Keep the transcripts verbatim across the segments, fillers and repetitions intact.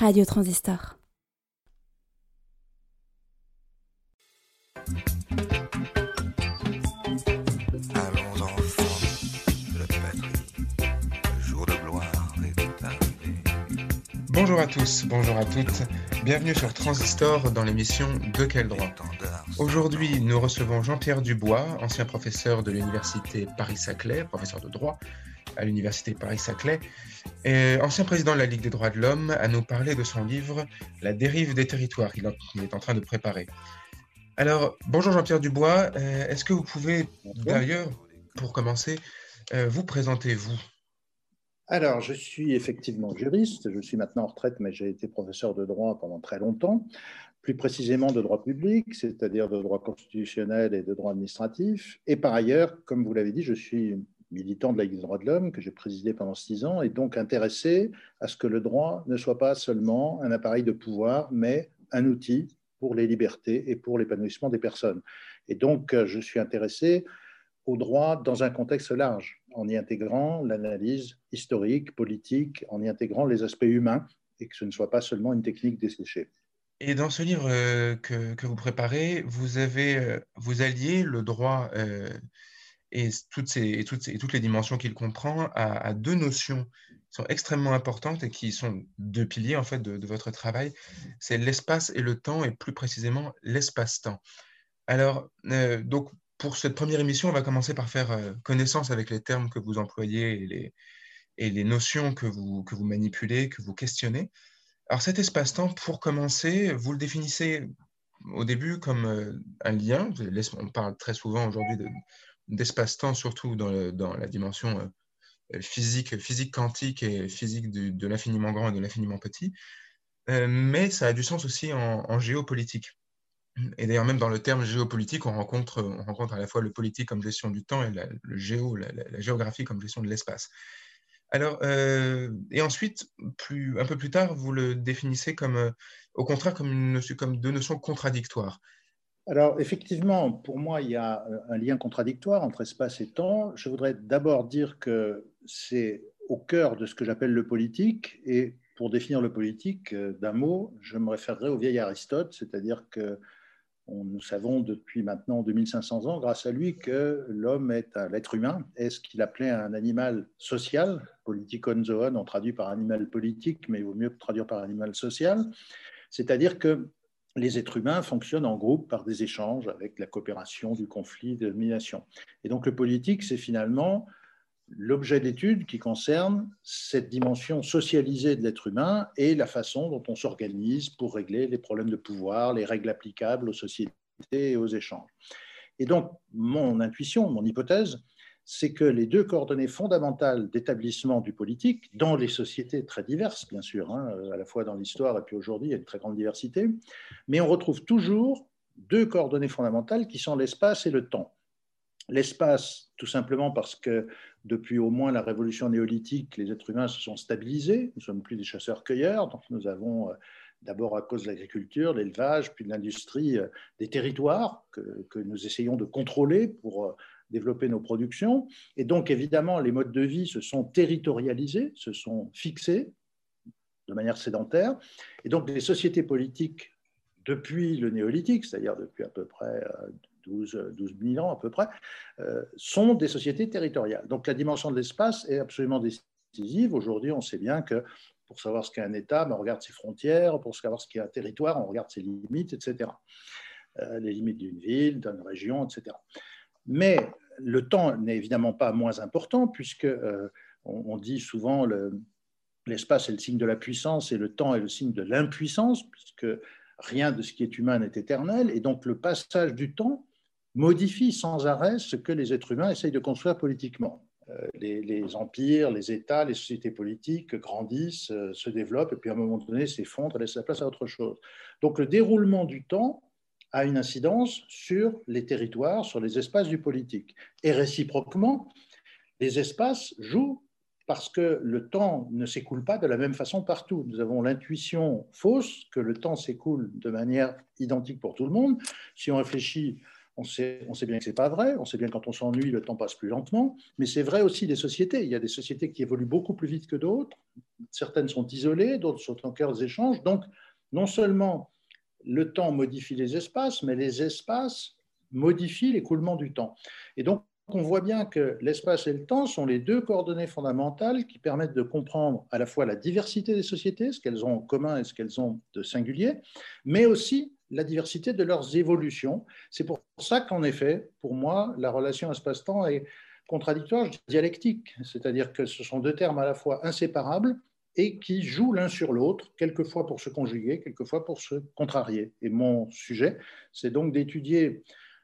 Radio Transistor. Allons enfants de la patrie, le jour de gloire est arrivé. Bonjour à tous, bonjour à toutes, bienvenue sur Transistor dans l'émission De quel droit ? Aujourd'hui, nous recevons Jean-Pierre Dubois, ancien professeur de l'université Paris-Saclay, professeur de droit à l'université Paris-Saclay, et ancien président de la Ligue des droits de l'homme, à nous parler de son livre « La dérive des territoires » qu'il est en train de préparer. Alors, bonjour Jean-Pierre Dubois, euh, est-ce que vous pouvez d'ailleurs, pour commencer, euh, vous présenter vous ? Alors, je suis effectivement juriste, je suis maintenant en retraite, mais j'ai été professeur de droit pendant très longtemps, plus précisément de droit public, c'est-à-dire de droit constitutionnel et de droit administratif. Et par ailleurs, comme vous l'avez dit, je suis militant de la Ligue des droits de l'homme, que j'ai présidé pendant six ans, et donc intéressé à ce que le droit ne soit pas seulement un appareil de pouvoir, mais un outil pour les libertés et pour l'épanouissement des personnes. Et donc, je suis intéressé au droit dans un contexte large, en y intégrant l'analyse historique, politique, en y intégrant les aspects humains, et que ce ne soit pas seulement une technique desséchée. Et dans ce livre euh, que, que vous préparez, vous avez euh, vous alliez le droit euh, et, toutes ces, et, toutes ces, et toutes les dimensions qu'il comprend à, à deux notions qui sont extrêmement importantes et qui sont deux piliers en fait de, de votre travail. C'est l'espace et le temps, et plus précisément l'espace-temps. Alors, euh, donc, pour cette première émission, on va commencer par faire euh, connaissance avec les termes que vous employez et les, et les notions que vous, que vous manipulez, que vous questionnez. Alors cet espace-temps, pour commencer, vous le définissez au début comme euh, un lien. On parle très souvent aujourd'hui de, d'espace-temps, surtout dans, le, dans la dimension euh, physique, physique quantique et physique du, de l'infiniment grand et de l'infiniment petit. Euh, mais ça a du sens aussi en, en géopolitique. Et d'ailleurs, même dans le terme géopolitique, on rencontre, on rencontre à la fois le politique comme gestion du temps et la, le géo, la, la, la géographie comme gestion de l'espace. Alors, euh, et ensuite, plus, un peu plus tard, vous le définissez comme, euh, au contraire, comme, une, comme deux notions contradictoires. Alors, effectivement, pour moi, il y a un lien contradictoire entre espace et temps. Je voudrais d'abord dire que c'est au cœur de ce que j'appelle le politique. Et pour définir le politique, d'un mot, je me référerai au vieil Aristote, c'est-à-dire que on, nous savons depuis maintenant deux mille cinq cents ans, grâce à lui, que l'homme est un, l'être humain est ce qu'il appelait un animal social, politikon zoon, on traduit par animal politique, mais il vaut mieux traduire par animal social, c'est-à-dire que les êtres humains fonctionnent en groupe par des échanges avec la coopération, du conflit, de la domination. Et donc le politique, c'est finalement l'objet d'étude qui concerne cette dimension socialisée de l'être humain et la façon dont on s'organise pour régler les problèmes de pouvoir, les règles applicables aux sociétés et aux échanges. Et donc, mon intuition, mon hypothèse, c'est que les deux coordonnées fondamentales d'établissement du politique, dans les sociétés très diverses, bien sûr, hein, à la fois dans l'histoire et puis aujourd'hui, il y a une très grande diversité, mais on retrouve toujours deux coordonnées fondamentales qui sont l'espace et le temps. L'espace, tout simplement parce que depuis au moins la révolution néolithique, les êtres humains se sont stabilisés. Nous ne sommes plus des chasseurs-cueilleurs, donc nous avons d'abord à cause de l'agriculture, l'élevage, puis de l'industrie, des territoires que, que nous essayons de contrôler pour développer nos productions. Et donc, évidemment, les modes de vie se sont territorialisés, se sont fixés de manière sédentaire. Et donc, les sociétés politiques, depuis le néolithique, c'est-à-dire depuis à peu près douze mille ans à peu près, euh, sont des sociétés territoriales. Donc la dimension de l'espace est absolument décisive. Aujourd'hui, on sait bien que pour savoir ce qu'est un État, ben, on regarde ses frontières, pour savoir ce qu'est un territoire, on regarde ses limites, et cetera. Euh, les limites d'une ville, d'une région, et cetera. Mais le temps n'est évidemment pas moins important, puisque euh, on, on dit souvent le, l'espace est le signe de la puissance et le temps est le signe de l'impuissance, puisque rien de ce qui est humain n'est éternel, et donc le passage du temps modifie sans arrêt ce que les êtres humains essayent de construire politiquement. Euh, les, les empires, les États, les sociétés politiques grandissent, euh, se développent, et puis à un moment donné s'effondrent et laissent la place à autre chose. Donc le déroulement du temps a une incidence sur les territoires, sur les espaces du politique. Et réciproquement, les espaces jouent parce que le temps ne s'écoule pas de la même façon partout. Nous avons l'intuition fausse que le temps s'écoule de manière identique pour tout le monde. Si on réfléchit, on sait, on sait bien que ce n'est pas vrai. On sait bien que quand on s'ennuie, le temps passe plus lentement. Mais c'est vrai aussi des sociétés. Il y a des sociétés qui évoluent beaucoup plus vite que d'autres. certaines sont isolées, d'autres sont en cœur des échanges. Donc, non seulement le temps modifie les espaces, mais les espaces modifient l'écoulement du temps. Et donc, on voit bien que l'espace et le temps sont les deux coordonnées fondamentales qui permettent de comprendre à la fois la diversité des sociétés, ce qu'elles ont en commun et ce qu'elles ont de singulier, mais aussi la diversité de leurs évolutions. C'est pour ça qu'en effet, pour moi, la relation espace-temps est contradictoire, dialectique, c'est-à-dire que ce sont deux termes à la fois inséparables et qui jouent l'un sur l'autre, quelquefois pour se conjuguer, quelquefois pour se contrarier. Et mon sujet, c'est donc d'étudier,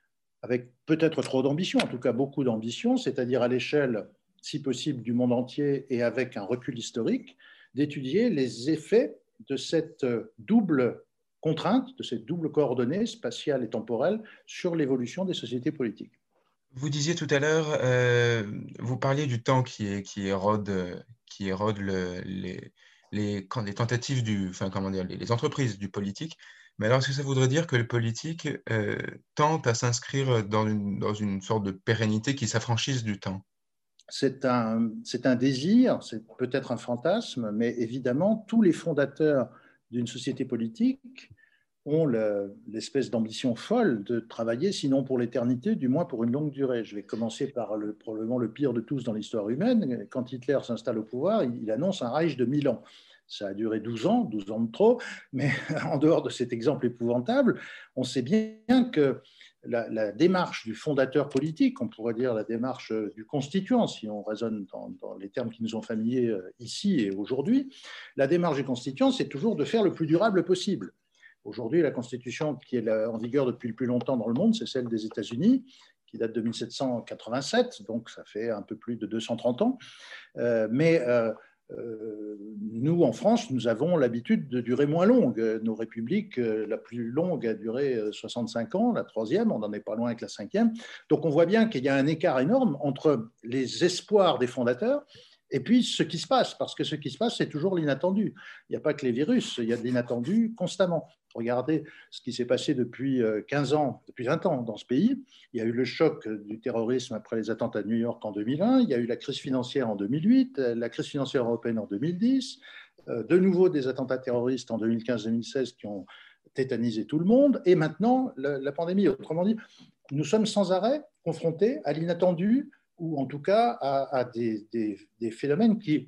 avec peut-être trop d'ambition, en tout cas beaucoup d'ambition, c'est-à-dire à l'échelle, si possible, du monde entier et avec un recul historique, d'étudier les effets de cette double contrainte, de cette double coordonnée spatiale et temporelle sur l'évolution des sociétés politiques. Vous disiez tout à l'heure, euh, vous parliez du temps qui, est, qui érode, qui érode le, les, les, les tentatives, du, enfin, comment dire, les, les entreprises du politique. Mais alors, est-ce que ça voudrait dire que le politique euh, tente à s'inscrire dans une, dans une sorte de pérennité qui s'affranchisse du temps? C'est un, c'est un désir, c'est peut-être un fantasme, mais évidemment, tous les fondateurs d'une société politique ont le, l'espèce d'ambition folle de travailler, sinon pour l'éternité, du moins pour une longue durée. Je vais commencer par le, probablement le pire de tous dans l'histoire humaine. Quand Hitler s'installe au pouvoir, il, il annonce un Reich de mille ans. Ça a duré douze ans, douze ans de trop, mais en dehors de cet exemple épouvantable, on sait bien que la, la démarche du fondateur politique, on pourrait dire la démarche du constituant, si on raisonne dans, dans les termes qui nous sont familiers ici et aujourd'hui, la démarche du constituant, c'est toujours de faire le plus durable possible. Aujourd'hui, la Constitution qui est en vigueur depuis le plus longtemps dans le monde, c'est celle des États-Unis, qui date de mille sept cent quatre-vingt-sept, donc ça fait un peu plus de deux cent trente ans. Euh, mais euh, euh, nous, en France, nous avons l'habitude de durer moins longue. Nos républiques, la plus longue a duré soixante-cinq ans, la troisième, on n'en est pas loin avec la cinquième. Donc on voit bien qu'il y a un écart énorme entre les espoirs des fondateurs et puis ce qui se passe, parce que ce qui se passe, c'est toujours l'inattendu. Il n'y a pas que les virus, il y a de l'inattendu constamment. Regardez ce qui s'est passé depuis quinze ans, depuis vingt ans dans ce pays. Il y a eu le choc du terrorisme après les attentats de New York en deux mille un, il y a eu la crise financière en deux mille huit, la crise financière européenne en deux mille dix, de nouveau des attentats terroristes en deux mille quinze deux mille seize qui ont tétanisé tout le monde, et maintenant la pandémie. Autrement dit, nous sommes sans arrêt confrontés à l'inattendu, ou en tout cas à, à des, des, des phénomènes qui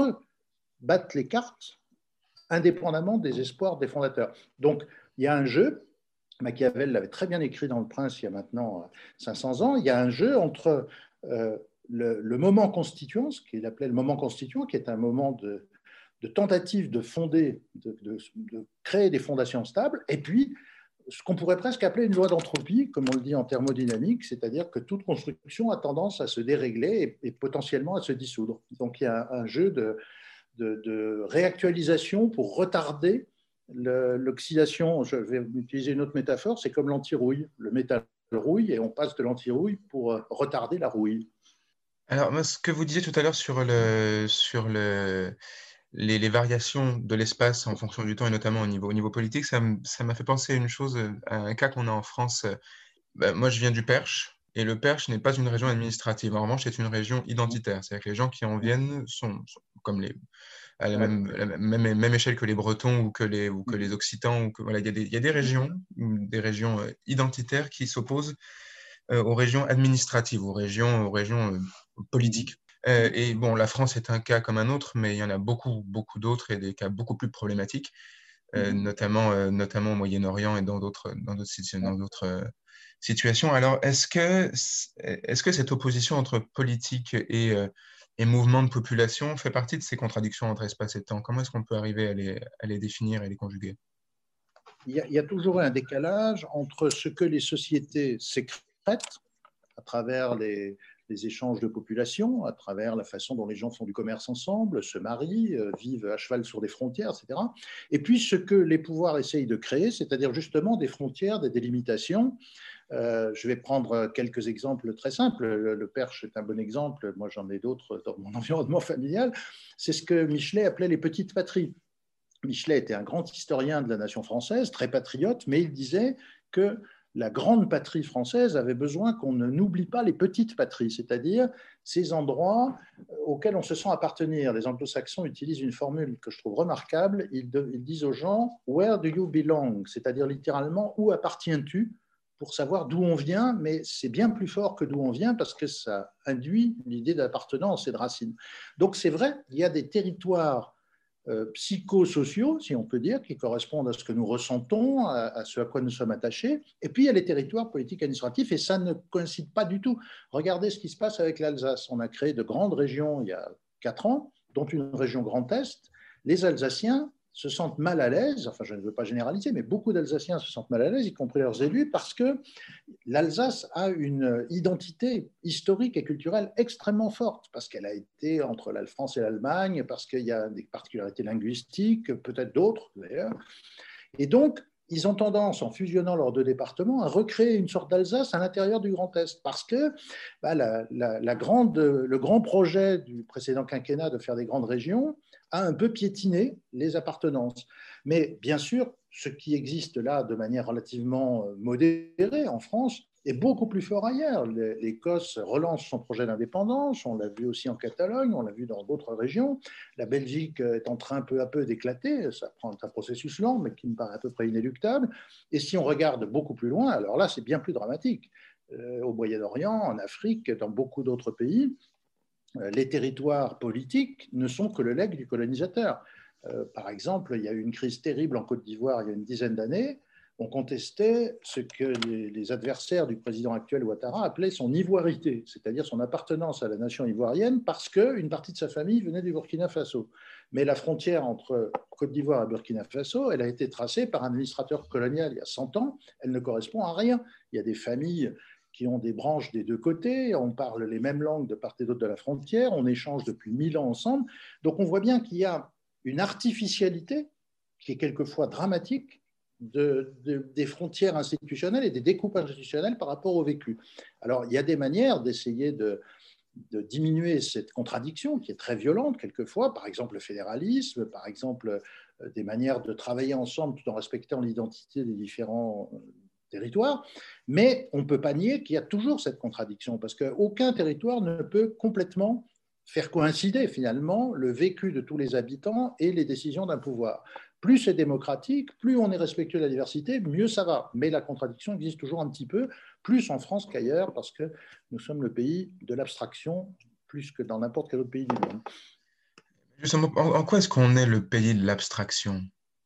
rebattent les cartes indépendamment des espoirs des fondateurs. Donc, il y a un jeu, Machiavel l'avait très bien écrit dans Le Prince il y a maintenant cinq cents ans, il y a un jeu entre euh, le, le moment constituant, ce qu'il appelait le moment constituant, qui est un moment de, de tentative de fonder, de, de, de créer des fondations stables, et puis ce qu'on pourrait presque appeler une loi d'entropie, comme on le dit en thermodynamique, c'est-à-dire que toute construction a tendance à se dérégler et, et potentiellement à se dissoudre. Donc il y a un, un jeu de, de, de réactualisation pour retarder le, l'oxydation. Je vais utiliser une autre métaphore, c'est comme l'antirouille. Le métal rouille et on passe de l'antirouille pour retarder la rouille. Alors, moi, ce que vous disiez tout à l'heure sur le, sur le, Les, les variations de l'espace en fonction du temps et notamment au niveau, au niveau politique, ça m'a fait penser à une chose, à un cas qu'on a en France. Ben, moi, je viens du Perche et le Perche n'est pas une région administrative. En revanche, c'est une région identitaire. C'est-à-dire que les gens qui en viennent sont, sont comme les, à la, même, la même, même échelle que les Bretons ou que les, ou que les Occitans. Ou que, voilà, il y a des, il y a des régions, des régions identitaires qui s'opposent euh, aux régions administratives, aux régions, aux régions euh, politiques. Euh, et bon, la France est un cas comme un autre, mais il y en a beaucoup, beaucoup d'autres et des cas beaucoup plus problématiques, euh, mmh. notamment, euh, notamment au Moyen-Orient et dans d'autres, dans d'autres, dans d'autres euh, situations. Alors, est-ce que, est-ce que cette opposition entre politique et, euh, et mouvement de population fait partie de ces contradictions entre espace et temps? Comment est-ce qu'on peut arriver à les, à les définir et les conjuguer? Il y a, il y a toujours un décalage entre ce que les sociétés sécrètent à travers les les échanges de population, à travers la façon dont les gens font du commerce ensemble, se marient, vivent à cheval sur des frontières, et cetera. Et puis ce que les pouvoirs essayent de créer, c'est-à-dire justement des frontières, des délimitations. Euh, je vais prendre quelques exemples très simples. Le, le Perche est un bon exemple, moi j'en ai d'autres dans mon environnement familial. C'est ce que Michelet appelait les petites patries. Michelet était un grand historien de la nation française, très patriote, mais il disait que la grande patrie française avait besoin qu'on ne n'oublie pas les petites patries, c'est-à-dire ces endroits auxquels on se sent appartenir. Les anglo-saxons utilisent une formule que je trouve remarquable. Ils, de, ils disent aux gens « Where do you belong ?» c'est-à-dire littéralement « Où appartiens-tu ?» pour savoir d'où on vient, mais c'est bien plus fort que d'où on vient parce que ça induit l'idée d'appartenance et de racines. Donc c'est vrai, il y a des territoires euh, psychosociaux, si on peut dire, qui correspondent à ce que nous ressentons, à, à ce à quoi nous sommes attachés, et puis il y a les territoires politiques administratifs, et ça ne coïncide pas du tout. Regardez ce qui se passe avec l'Alsace. On a créé de grandes régions il y a quatre ans, dont une région Grand Est. Les Alsaciens se sentent mal à l'aise, enfin je ne veux pas généraliser, mais beaucoup d'Alsaciens se sentent mal à l'aise, y compris leurs élus, parce que l'Alsace a une identité historique et culturelle extrêmement forte, parce qu'elle a été entre la France et l'Allemagne, parce qu'il y a des particularités linguistiques, peut-être d'autres d'ailleurs. Et donc, ils ont tendance, en fusionnant leurs deux départements, à recréer une sorte d'Alsace à l'intérieur du Grand Est, parce que bah, la, la, la grande, le grand projet du précédent quinquennat de faire des grandes régions a un peu piétiné les appartenances. Mais bien sûr, ce qui existe là de manière relativement modérée en France est beaucoup plus fort ailleurs. L'Écosse relance son projet d'indépendance, on l'a vu aussi en Catalogne, on l'a vu dans d'autres régions. La Belgique est en train peu à peu d'éclater, ça prend un processus lent, mais qui me paraît à peu près inéluctable. Et si on regarde beaucoup plus loin, alors là, c'est bien plus dramatique. Euh, au Moyen-Orient, en Afrique, dans beaucoup d'autres pays, les territoires politiques ne sont que le legs du colonisateur. Euh, par exemple, il y a eu une crise terrible en Côte d'Ivoire il y a une dizaine d'années. On contestait ce que les, les adversaires du président actuel Ouattara appelaient son ivoirité, c'est-à-dire son appartenance à la nation ivoirienne parce qu'une partie de sa famille venait du Burkina Faso. Mais la frontière entre Côte d'Ivoire et Burkina Faso, elle a été tracée par un administrateur colonial il y a cent ans. Elle ne correspond à rien. Il y a des familles qui ont des branches des deux côtés, on parle les mêmes langues de part et d'autre de la frontière, on échange depuis mille ans ensemble. Donc on voit bien qu'il y a une artificialité qui est quelquefois dramatique de, de, des frontières institutionnelles et des découpes institutionnelles par rapport au vécu. Alors il y a des manières d'essayer de, de diminuer cette contradiction qui est très violente quelquefois, par exemple le fédéralisme, par exemple des manières de travailler ensemble tout en respectant l'identité des différents territoire, mais on ne peut pas nier qu'il y a toujours cette contradiction, parce qu'aucun territoire ne peut complètement faire coïncider finalement le vécu de tous les habitants et les décisions d'un pouvoir. Plus c'est démocratique, plus on est respectueux de la diversité, mieux ça va. Mais la contradiction existe toujours un petit peu, plus en France qu'ailleurs, parce que nous sommes le pays de l'abstraction, plus que dans n'importe quel autre pays du monde. Justement, en, en quoi est-ce qu'on est le pays de l'abstraction ?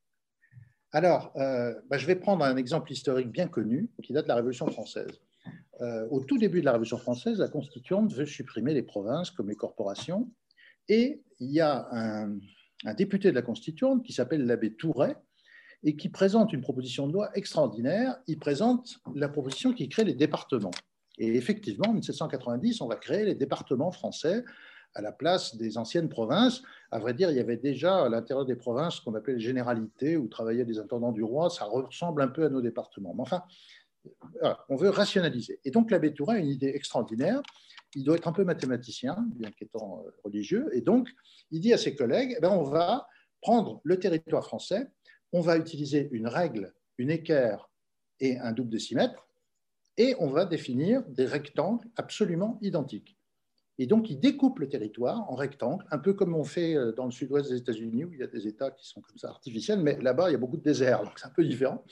Alors, euh, bah, je vais prendre un exemple historique bien connu qui date de la Révolution française. Euh, au tout début de la Révolution française, la Constituante veut supprimer les provinces comme les corporations. Et il y a un, un député de la Constituante qui s'appelle l'abbé Touret et qui présente une proposition de loi extraordinaire. Il présente la proposition qui crée les départements. Et effectivement, en mille sept cent quatre-vingt-dix, on va créer les départements français à la place des anciennes provinces. À vrai dire, il y avait déjà à l'intérieur des provinces ce qu'on appelait les généralités, où travaillaient des intendants du roi. Ça ressemble un peu à nos départements. Mais enfin, voilà, on veut rationaliser. Et donc, l'abbé Touret a une idée extraordinaire. Il doit être un peu mathématicien, bien qu'étant religieux. Et donc, il dit à ses collègues, eh bien, on va prendre le territoire français, on va utiliser une règle, une équerre et un double décimètre, et on va définir des rectangles absolument identiques. Et donc, il découpe le territoire en rectangles, un peu comme on fait dans le sud-ouest des États-Unis, où il y a des États qui sont comme ça artificiels, mais là-bas, il y a beaucoup de désert, donc c'est un peu différent.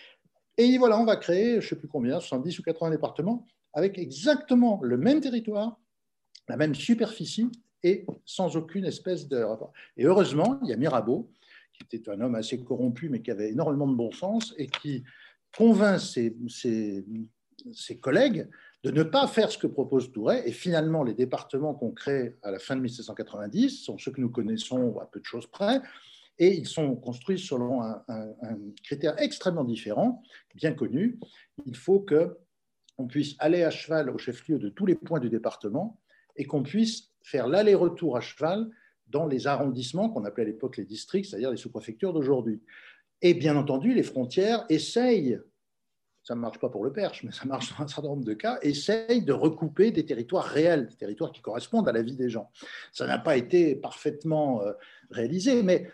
Et voilà, on va créer, je ne sais plus combien, soixante-dix ou quatre-vingts départements, avec exactement le même territoire, la même superficie, et sans aucune espèce de rapport. Et heureusement, il y a Mirabeau, qui était un homme assez corrompu, mais qui avait énormément de bon sens, et qui convainc ses, ses, ses collègues de ne pas faire ce que propose Touret. Et finalement, les départements qu'on crée à la fin de mille sept cent quatre-vingt-dix sont ceux que nous connaissons à peu de choses près, et ils sont construits selon un, un, un critère extrêmement différent, bien connu. Il faut qu'on puisse aller à cheval au chef-lieu de tous les points du département et qu'on puisse faire l'aller-retour à cheval dans les arrondissements qu'on appelait à l'époque les districts, c'est-à-dire les sous-préfectures d'aujourd'hui. Et bien entendu, les frontières essayent, ça ne marche pas pour le Perche, mais ça marche dans un certain nombre de cas, essayent de recouper des territoires réels, des territoires qui correspondent à la vie des gens. Ça n'a pas été parfaitement réalisé, mais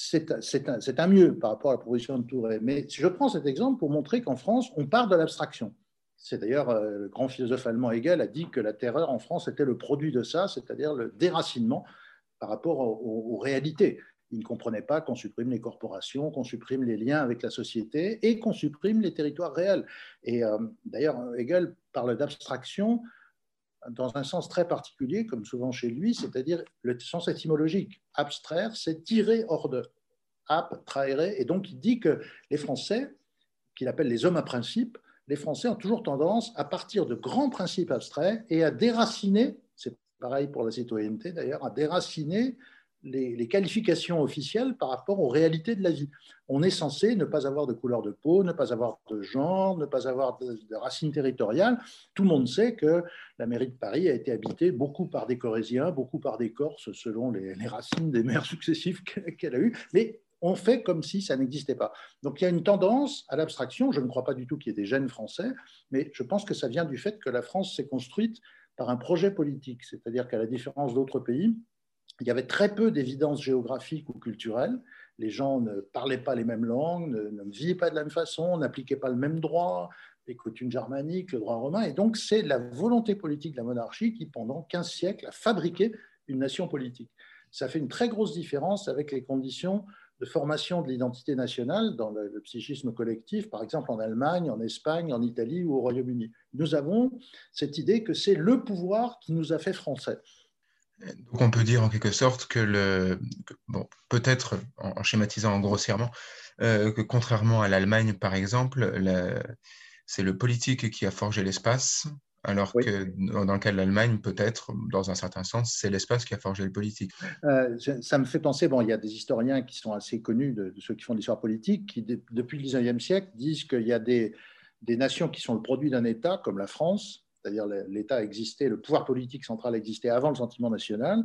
c'est un, un mieux par rapport à la proposition de Touré. Mais je prends cet exemple pour montrer qu'en France, on part de l'abstraction. C'est d'ailleurs euh, le grand philosophe allemand Hegel a dit que la terreur en France était le produit de ça, c'est-à-dire le déracinement par rapport aux, aux, aux réalités. Il ne comprenait pas qu'on supprime les corporations, qu'on supprime les liens avec la société et qu'on supprime les territoires réels. Et euh, d'ailleurs, Hegel parle d'abstraction dans un sens très particulier, comme souvent chez lui, c'est-à-dire le sens étymologique. Abstraire, c'est tirer hors de. Ab, traere. Et donc, il dit que les Français, qu'il appelle les hommes à principe, les Français ont toujours tendance à partir de grands principes abstraits et à déraciner, c'est pareil pour la citoyenneté d'ailleurs, à déraciner les, les qualifications officielles par rapport aux réalités de la vie. On est censé ne pas avoir de couleur de peau, ne pas avoir de genre, ne pas avoir de, de racines territoriales. Tout le monde sait que la mairie de Paris a été habitée beaucoup par des Corésiens, beaucoup par des Corses, selon les, les racines des maires successifs qu'elle a eues. Mais on fait comme si ça n'existait pas. Donc il y a une tendance à l'abstraction. Je ne crois pas du tout qu'il y ait des gènes français, mais je pense que ça vient du fait que la France s'est construite par un projet politique. C'est-à-dire qu'à la différence d'autres pays, il y avait très peu d'évidence géographique ou culturelle. Les gens ne parlaient pas les mêmes langues, ne, ne vivaient pas de la même façon, n'appliquaient pas le même droit, les coutumes germaniques, le droit romain. Et donc, c'est la volonté politique de la monarchie qui, pendant quinze siècles, a fabriqué une nation politique. Ça fait une très grosse différence avec les conditions de formation de l'identité nationale dans le, le psychisme collectif, par exemple en Allemagne, en Espagne, en Italie ou au Royaume-Uni. Nous avons cette idée que c'est le pouvoir qui nous a fait français. Donc on peut dire en quelque sorte que, le, que, bon, peut-être en, en schématisant grossièrement, euh, que contrairement à l'Allemagne par exemple, la, c'est le politique qui a forgé l'espace, alors oui. que dans le cas de l'Allemagne, peut-être, dans un certain sens, c'est l'espace qui a forgé le politique. Euh, ça me fait penser, bon, il y a des historiens qui sont assez connus, de, de ceux qui font de l'histoire politique, qui de, depuis le dix-neuvième siècle disent qu'il y a des, des nations qui sont le produit d'un État, comme la France, c'est-à-dire l'État existait, le pouvoir politique central existait avant le sentiment national,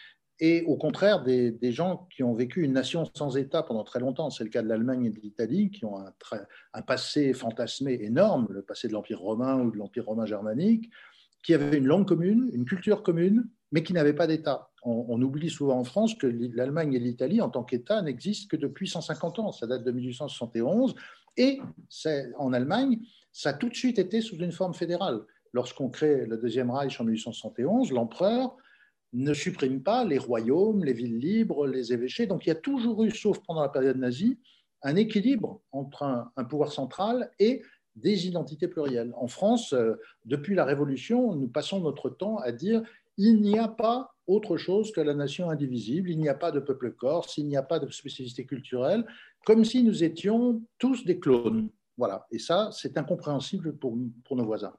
et au contraire des, des gens qui ont vécu une nation sans État pendant très longtemps. C'est le cas de l'Allemagne et de l'Italie, qui ont un, très, un passé fantasmé énorme, le passé de l'Empire romain ou de l'Empire romain germanique, qui avaient une langue commune, une culture commune, mais qui n'avaient pas d'État. On, on oublie souvent en France que l'Allemagne et l'Italie, en tant qu'État, n'existent que depuis cent cinquante ans. Ça date de mille huit cent soixante et onze, et en Allemagne, ça a tout de suite été sous une forme fédérale. Lorsqu'on crée le Deuxième Reich en mille huit cent soixante et onze, l'empereur ne supprime pas les royaumes, les villes libres, les évêchés. Donc il y a toujours eu, sauf pendant la période nazie, un équilibre entre un, un pouvoir central et des identités plurielles. En France, euh, depuis la Révolution, nous passons notre temps à dire il n'y a pas autre chose que la nation indivisible, il n'y a pas de peuple corse, il n'y a pas de spécificité culturelle, comme si nous étions tous des clones. Voilà. Et ça, c'est incompréhensible pour, pour nos voisins.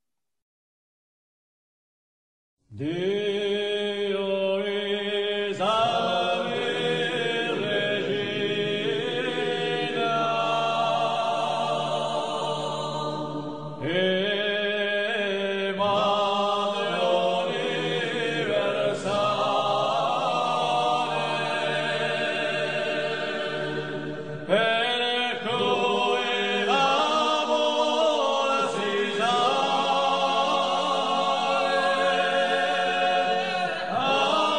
Deo is Oh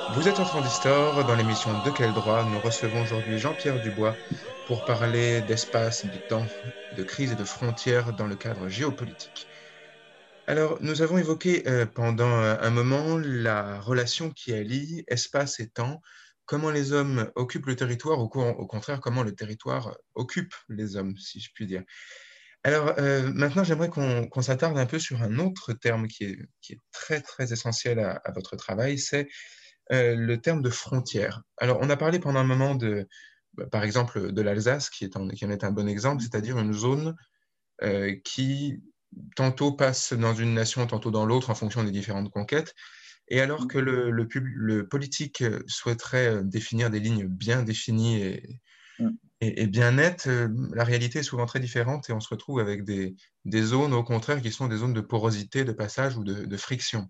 Vous êtes en Transistor, dans l'émission De quel droit, nous recevons aujourd'hui Jean-Pierre Dubois pour parler d'espace, de temps, de crise et de frontières dans le cadre géopolitique. Alors, nous avons évoqué euh, pendant euh, un moment la relation qui allie espace et temps, comment les hommes occupent le territoire, ou co- au contraire, comment le territoire occupe les hommes, si je puis dire. Alors, euh, maintenant, j'aimerais qu'on qu'on s'attarde un peu sur un autre terme qui est, qui est très, très essentiel à, à votre travail, c'est euh, le terme de frontière. Alors, on a parlé pendant un moment de, bah, par exemple, de l'Alsace, qui, est en, qui en est un bon exemple, c'est-à-dire une zone euh, qui tantôt passe dans une nation, tantôt dans l'autre, en fonction des différentes conquêtes. Et alors que le, le, pub- le politique souhaiterait euh, définir des lignes bien définies et, et, et bien nettes, euh, la réalité est souvent très différente et on se retrouve avec des, des zones, au contraire, qui sont des zones de porosité, de passage ou de, de friction.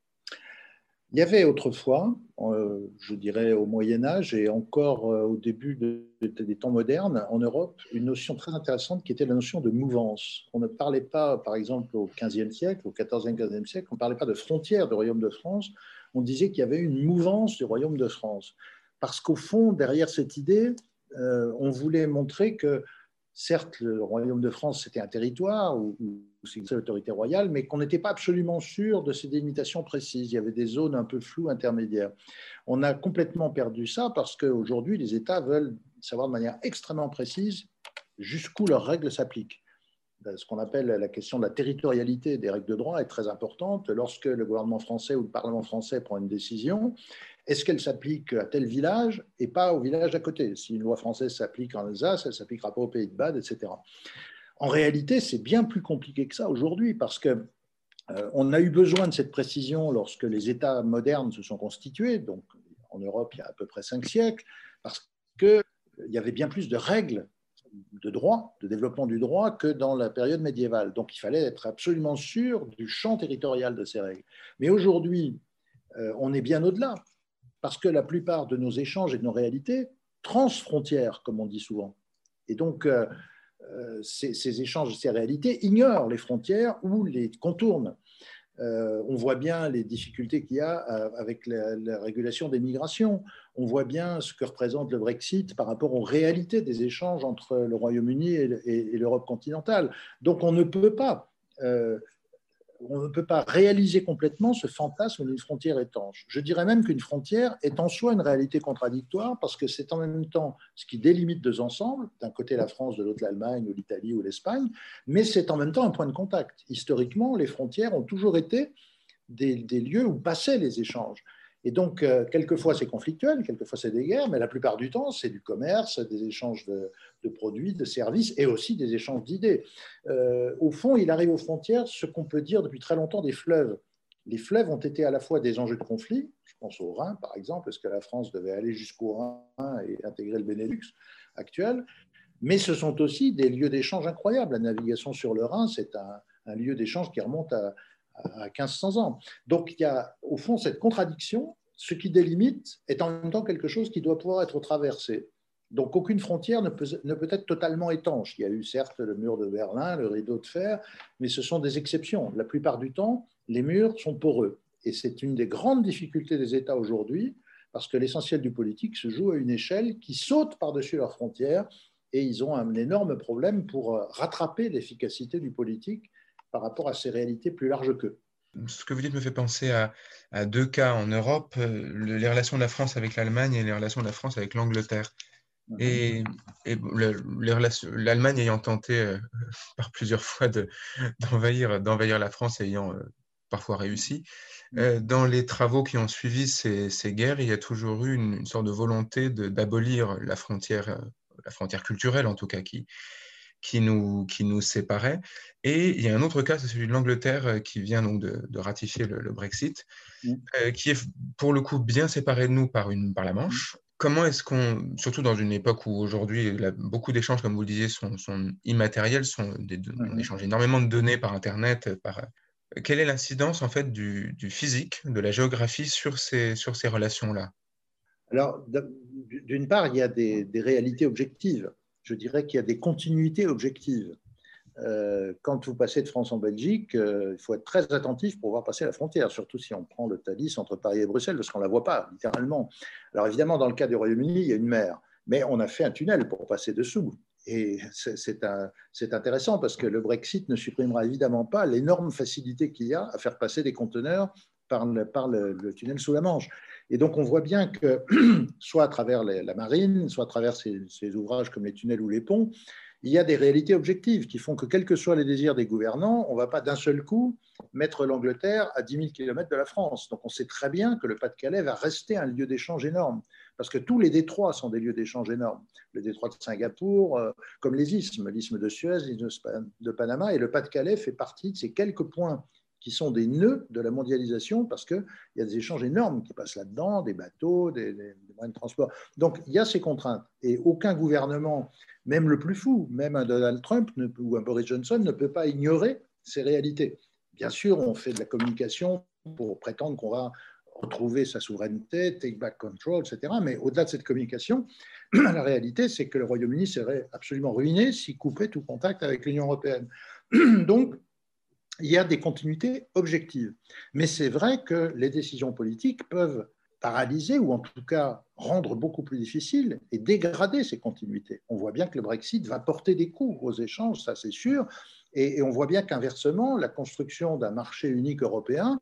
Il y avait autrefois, euh, je dirais au Moyen Âge et encore euh, au début de- de- des temps modernes en Europe, une notion très intéressante qui était la notion de mouvance. On ne parlait pas, par exemple, au quinzième siècle, au quatorzième, quinzième siècle, on ne parlait pas de frontières du Royaume de France, on disait qu'il y avait une mouvance du Royaume de France. Parce qu'au fond, derrière cette idée, euh, on voulait montrer que certes, le Royaume de France, c'était un territoire où, où c'est l'autorité royale, mais qu'on n'était pas absolument sûr de ses délimitations précises. Il y avait des zones un peu floues intermédiaires. On a complètement perdu ça parce qu'aujourd'hui, les États veulent savoir de manière extrêmement précise jusqu'où leurs règles s'appliquent. Ce qu'on appelle la question de la territorialité des règles de droit est très importante. Lorsque le gouvernement français ou le Parlement français prend une décision, est-ce qu'elle s'applique à tel village et pas au village d'à côté? Si une loi française s'applique en Alsace, elle ne s'appliquera pas au Pays de Bade, et cetera. En réalité, c'est bien plus compliqué que ça aujourd'hui parce que euh, on a eu besoin de cette précision lorsque les États modernes se sont constitués, donc en Europe il y a à peu près cinq siècles, parce qu'il y avait bien plus de règles de droit, de développement du droit, que dans la période médiévale. Donc il fallait être absolument sûr du champ territorial de ces règles. Mais aujourd'hui, euh, on est bien au-delà, parce que la plupart de nos échanges et de nos réalités transfrontières, comme on dit souvent. Et donc, euh, ces, ces échanges, ces réalités ignorent les frontières ou les contournent. Euh, on voit bien les difficultés qu'il y a avec la, la régulation des migrations. On voit bien ce que représente le Brexit par rapport aux réalités des échanges entre le Royaume-Uni et, et, et l'Europe continentale. Donc on ne peut pas euh, on ne peut pas réaliser complètement ce fantasme d'une frontière étanche. Je dirais même qu'une frontière est en soi une réalité contradictoire parce que c'est en même temps ce qui délimite deux ensembles, d'un côté la France, de l'autre l'Allemagne ou l'Italie ou l'Espagne, mais c'est en même temps un point de contact. Historiquement, les frontières ont toujours été des, des lieux où passaient les échanges. Et donc, euh, quelquefois c'est conflictuel, quelquefois c'est des guerres, mais la plupart du temps, c'est du commerce, des échanges de, de produits, de services et aussi des échanges d'idées. Euh, au fond, il arrive aux frontières ce qu'on peut dire depuis très longtemps des fleuves. Les fleuves ont été à la fois des enjeux de conflit, je pense au Rhin par exemple, est-ce que la France devait aller jusqu'au Rhin et intégrer le Benelux actuel, mais ce sont aussi des lieux d'échange incroyables. La navigation sur le Rhin, c'est un, un lieu d'échange qui remonte à, à mille cinq cents ans. Donc il y a au fond cette contradiction. Ce qui délimite est en même temps quelque chose qui doit pouvoir être traversé. Donc aucune frontière ne peut, ne peut être totalement étanche. Il y a eu certes le mur de Berlin, le rideau de fer, mais ce sont des exceptions. La plupart du temps, les murs sont poreux. Et c'est une des grandes difficultés des États aujourd'hui, parce que l'essentiel du politique se joue à une échelle qui saute par-dessus leurs frontières, et ils ont un énorme problème pour rattraper l'efficacité du politique par rapport à ces réalités plus larges qu'eux. Ce que vous dites me fait penser à, à deux cas en Europe, euh, le- les relations de la France avec l'Allemagne et les relations de la France avec l'Angleterre. Et, et le- les relations- l'Allemagne ayant tenté euh, par plusieurs fois de- d'envahir, d'envahir la France, ayant euh, parfois réussi, euh, dans les travaux qui ont suivi ces, ces guerres, il y a toujours eu une, une sorte de volonté de- d'abolir la frontière, euh, la frontière culturelle en tout cas, qui, qui nous, qui nous séparait. Et il y a un autre cas, c'est celui de l'Angleterre euh, qui vient donc de, de ratifier le, le Brexit, euh, qui est pour le coup bien séparé de nous par, une, par la Manche. Comment est-ce qu'on, surtout dans une époque où aujourd'hui la- beaucoup d'échanges, comme vous le disiez, sont, sont immatériels, sont des, on échange énormément de données par Internet, par, quelle est l'incidence en fait du, du physique, de la géographie sur ces, sur ces relations-là? Alors, d'une part, il y a des, des réalités objectives. Je dirais qu'il y a des continuités objectives. euh, quand vous passez de France en Belgique, euh, il faut être très attentif pour voir passer la frontière, surtout si on prend le Thalys entre Paris et Bruxelles, parce qu'on ne la voit pas, littéralement. Alors évidemment, dans le cas du Royaume-Uni, il y a une mer, mais on a fait un tunnel pour passer dessous. Et c'est un, intéressant parce que le Brexit ne supprimera évidemment pas l'énorme facilité qu'il y a à faire passer des conteneurs par le, par le, le tunnel sous la Manche. Et donc on voit bien que, soit à travers les, la marine, soit à travers ces, ces ouvrages comme les tunnels ou les ponts, il y a des réalités objectives qui font que, quels que soient les désirs des gouvernants, on ne va pas d'un seul coup mettre l'Angleterre à dix mille kilomètres de la France. Donc on sait très bien que le Pas-de-Calais va rester un lieu d'échange énorme, parce que tous les détroits sont des lieux d'échange énormes. Le détroit de Singapour, euh, comme les isthmes, l'isthme de Suez, l'isthme de Panama, et le Pas-de-Calais fait partie de ces quelques points qui sont des nœuds de la mondialisation, parce qu'il y a des échanges énormes qui passent là-dedans, des bateaux, des, des, des moyens de transport. Donc, il y a ces contraintes. Et aucun gouvernement, même le plus fou, même un Donald Trump ne, ou un Boris Johnson, ne peut pas ignorer ces réalités. Bien sûr, on fait de la communication pour prétendre qu'on va retrouver sa souveraineté, take back control, et cetera. Mais au-delà de cette communication, la réalité, c'est que le Royaume-Uni serait absolument ruiné s'il coupait tout contact avec l'Union européenne. Donc, il y a des continuités objectives. Mais c'est vrai que les décisions politiques peuvent paralyser ou en tout cas rendre beaucoup plus difficile et dégrader ces continuités. On voit bien que le Brexit va porter des coups aux échanges, ça c'est sûr, et, et on voit bien qu'inversement, la construction d'un marché unique européen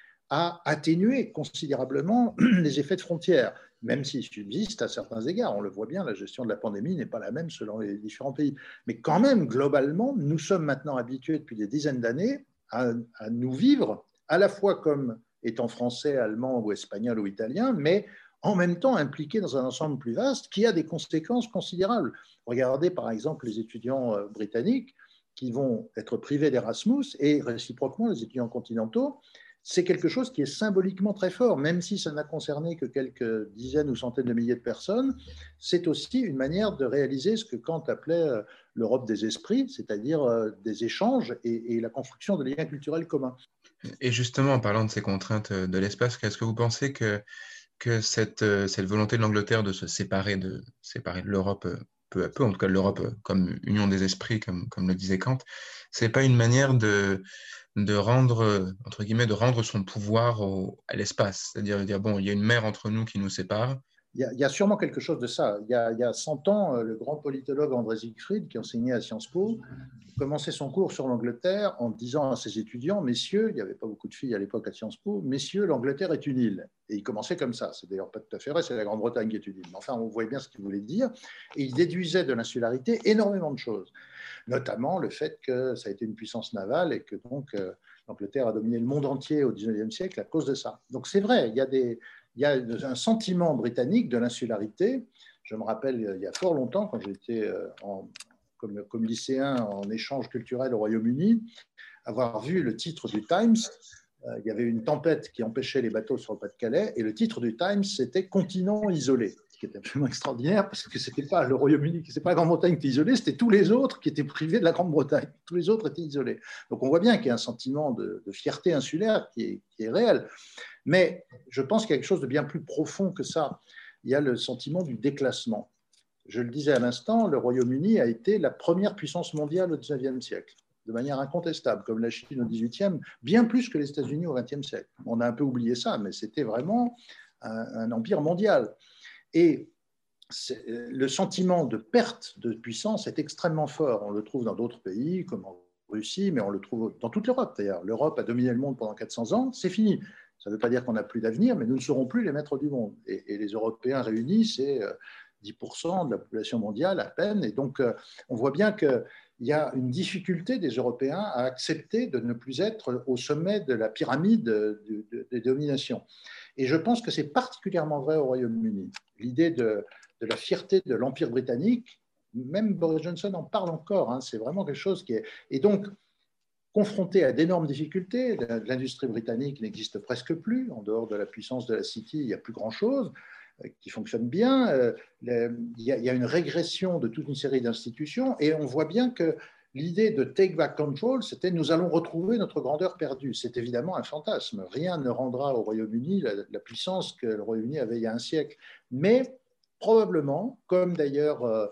a atténué considérablement les effets de frontières, même s'ils subsistent à certains égards. On le voit bien, la gestion de la pandémie n'est pas la même selon les différents pays. Mais quand même, globalement, nous sommes maintenant habitués depuis des dizaines d'années à, à nous vivre à la fois comme étant français, allemand ou espagnol ou italien, mais en même temps impliqués dans un ensemble plus vaste qui a des conséquences considérables. Regardez par exemple les étudiants britanniques qui vont être privés d'Erasmus et réciproquement les étudiants continentaux. C'est quelque chose qui est symboliquement très fort, même si ça n'a concerné que quelques dizaines ou centaines de milliers de personnes. C'est aussi une manière de réaliser ce que Kant appelait l'Europe des esprits, c'est-à-dire des échanges et, et la construction de liens culturels communs. Et justement, en parlant de ces contraintes de l'espace, est-ce que vous pensez que, que cette, cette volonté de l'Angleterre de se séparer de, séparer de l'Europe peu à peu, en tout cas de l'Europe comme union des esprits, comme, comme le disait Kant, c'est pas une manière de de rendre, entre guillemets, de rendre son pouvoir au, à l'espace. C'est-à-dire de dire, bon, il y a une mer entre nous qui nous sépare. Il y a, il y a sûrement quelque chose de ça. Il y a, il y a cent ans, le grand politologue André Siegfried, qui enseignait à Sciences Po, commençait son cours sur l'Angleterre en disant à ses étudiants, messieurs, il n'y avait pas beaucoup de filles à l'époque à Sciences Po, messieurs, l'Angleterre est une île. Et il commençait comme ça. C'est d'ailleurs pas tout à fait vrai, c'est la Grande-Bretagne qui est une île. Mais enfin, on voyait bien ce qu'il voulait dire. Et il déduisait de l'insularité énormément de choses, notamment le fait que ça a été une puissance navale et que donc euh, l'Angleterre a dominé le monde entier au dix-neuvième siècle à cause de ça. Donc c'est vrai, il y a des... Il y a un sentiment britannique de l'insularité. Je me rappelle, il y a fort longtemps, quand j'étais en, comme, comme lycéen en échange culturel au Royaume-Uni, avoir vu le titre du Times. Euh, il y avait une tempête qui empêchait les bateaux sur le Pas-de-Calais, et le titre du Times, c'était « Continent isolé », ce qui était absolument extraordinaire, parce que ce n'était pas le Royaume-Uni, ce n'était pas la Grande-Bretagne qui était isolée, c'était tous les autres qui étaient privés de la Grande-Bretagne. Tous les autres étaient isolés. Donc on voit bien qu'il y a un sentiment de, de fierté insulaire qui est, qui est réel. Mais je pense qu'il y a quelque chose de bien plus profond que ça. Il y a le sentiment du déclassement. Je le disais à l'instant, le Royaume-Uni a été la première puissance mondiale au dix-neuvième siècle, de manière incontestable, comme la Chine au dix-huitième, bien plus que les États-Unis au vingtième siècle. On a un peu oublié ça, mais c'était vraiment un, un empire mondial. Et le sentiment de perte de puissance est extrêmement fort. On le trouve dans d'autres pays, comme en Russie, mais on le trouve dans toute l'Europe d'ailleurs. L'Europe a dominé le monde pendant quatre cents ans, c'est fini. Ça ne veut pas dire qu'on n'a plus d'avenir, mais nous ne serons plus les maîtres du monde. Et, et les Européens réunis, c'est dix pour cent de la population mondiale à peine. Et donc, on voit bien qu'il y a une difficulté des Européens à accepter de ne plus être au sommet de la pyramide de, de, de domination. Et je pense que c'est particulièrement vrai au Royaume-Uni. L'idée de, de la fierté de l'Empire britannique, même Boris Johnson en parle encore, hein, c'est vraiment quelque chose qui est... Et donc, confronté à d'énormes difficultés, l'industrie britannique n'existe presque plus, en dehors de la puissance de la City, il n'y a plus grand-chose qui fonctionne bien, il y a une régression de toute une série d'institutions, et on voit bien que l'idée de take back control, c'était nous allons retrouver notre grandeur perdue. C'est évidemment un fantasme, rien ne rendra au Royaume-Uni la, la puissance que le Royaume-Uni avait il y a un siècle, mais probablement, comme d'ailleurs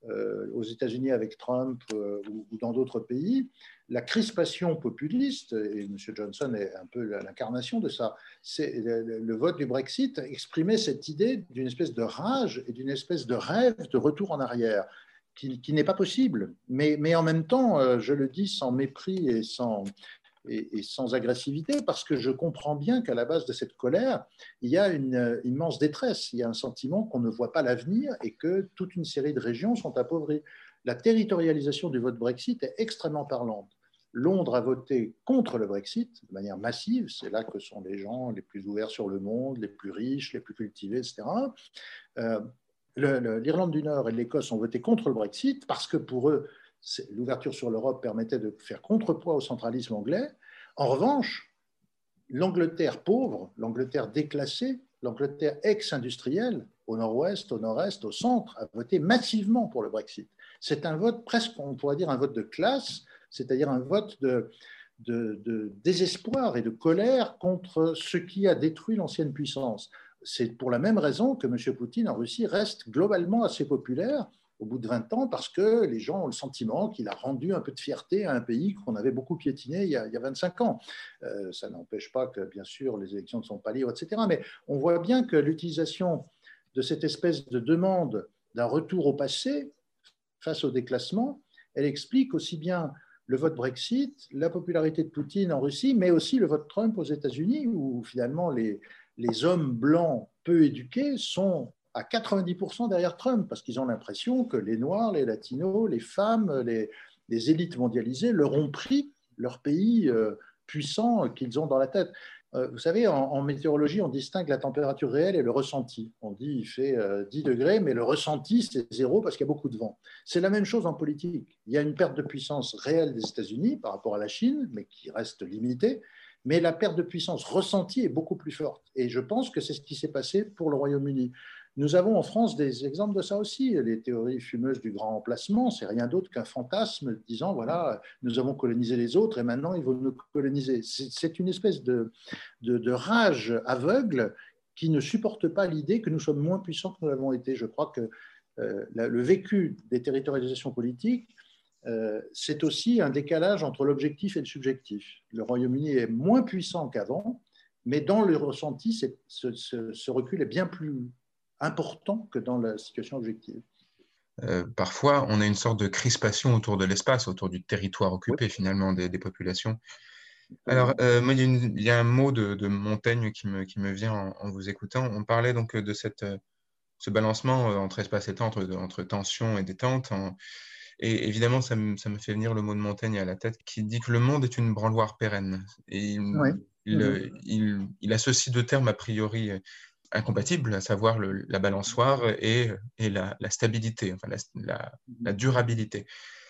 euh, aux États-Unis avec Trump euh, ou, ou dans d'autres pays, la crispation populiste, et M. Johnson est un peu l'incarnation de ça, c'est le, le vote du Brexit exprimait cette idée d'une espèce de rage et d'une espèce de rêve de retour en arrière, qui, qui n'est pas possible. Mais, mais en même temps, euh, je le dis sans mépris et sans, et, et sans agressivité, parce que je comprends bien qu'à la base de cette colère, il y a une immense détresse, il y a un sentiment qu'on ne voit pas l'avenir et que toute une série de régions sont appauvries. La territorialisation du vote Brexit est extrêmement parlante. Londres a voté contre le Brexit de manière massive, c'est là que sont les gens les plus ouverts sur le monde, les plus riches, les plus cultivés, et cetera. Euh, L'Irlande du Nord et l'Écosse ont voté contre le Brexit parce que pour eux, l'ouverture sur l'Europe permettait de faire contrepoids au centralisme anglais. En revanche, l'Angleterre pauvre, l'Angleterre déclassée, l'Angleterre ex-industrielle, au nord-ouest, au nord-est, au centre, a voté massivement pour le Brexit. C'est un vote presque, on pourrait dire, un vote de classe, c'est-à-dire un vote de, de, de désespoir et de colère contre ce qui a détruit l'ancienne puissance. C'est pour la même raison que M. Poutine en Russie reste globalement assez populaire au bout de vingt ans, parce que les gens ont le sentiment qu'il a rendu un peu de fierté à un pays qu'on avait beaucoup piétiné il y a, il y a vingt-cinq ans. Euh, ça n'empêche pas que, bien sûr, les élections ne sont pas libres, et cetera. Mais on voit bien que l'utilisation de cette espèce de demande d'un retour au passé face au déclassement, elle explique aussi bien le vote Brexit, la popularité de Poutine en Russie, mais aussi le vote Trump aux États-Unis, où finalement les, les hommes blancs peu éduqués sont à quatre-vingt-dix pour cent derrière Trump, parce qu'ils ont l'impression que les Noirs, les Latinos, les femmes, les, les élites mondialisées leur ont pris leur pays euh, puissant qu'ils ont dans la tête. Euh, vous savez, en, en météorologie, on distingue la température réelle et le ressenti. On dit il fait euh, dix degrés, mais le ressenti, c'est zéro parce qu'il y a beaucoup de vent. C'est la même chose en politique. Il y a une perte de puissance réelle des États-Unis par rapport à la Chine, mais qui reste limitée. Mais la perte de puissance ressentie est beaucoup plus forte. Et je pense que c'est ce qui s'est passé pour le Royaume-Uni. Nous avons en France des exemples de ça aussi. Les théories fumeuses du grand emplacement, c'est rien d'autre qu'un fantasme disant, voilà, nous avons colonisé les autres et maintenant ils vont nous coloniser. C'est une espèce de, de, de rage aveugle qui ne supporte pas l'idée que nous sommes moins puissants que nous l'avons été. Je crois que euh, le vécu des territorialisations politiques, euh, c'est aussi un décalage entre l'objectif et le subjectif. Le Royaume-Uni est moins puissant qu'avant, mais dans le ressenti, ce, ce, ce recul est bien plus important que dans la situation objective. Euh, parfois, on a une sorte de crispation autour de l'espace, autour du territoire occupé oui. finalement des, des populations. Alors, euh, moi, il y a, une, il y a un mot de, de Montaigne qui me, qui me vient en, en vous écoutant. On parlait donc de cette, ce balancement entre espace et temps, entre, entre tension et détente. En, et évidemment, ça me, ça me fait venir le mot de Montaigne à la tête qui dit que le monde est une branloire pérenne. Et il, oui. il, mmh. il, il associe deux termes a priori incompatibles, à savoir le, la balançoire et, et la, la stabilité, enfin la, la, la durabilité.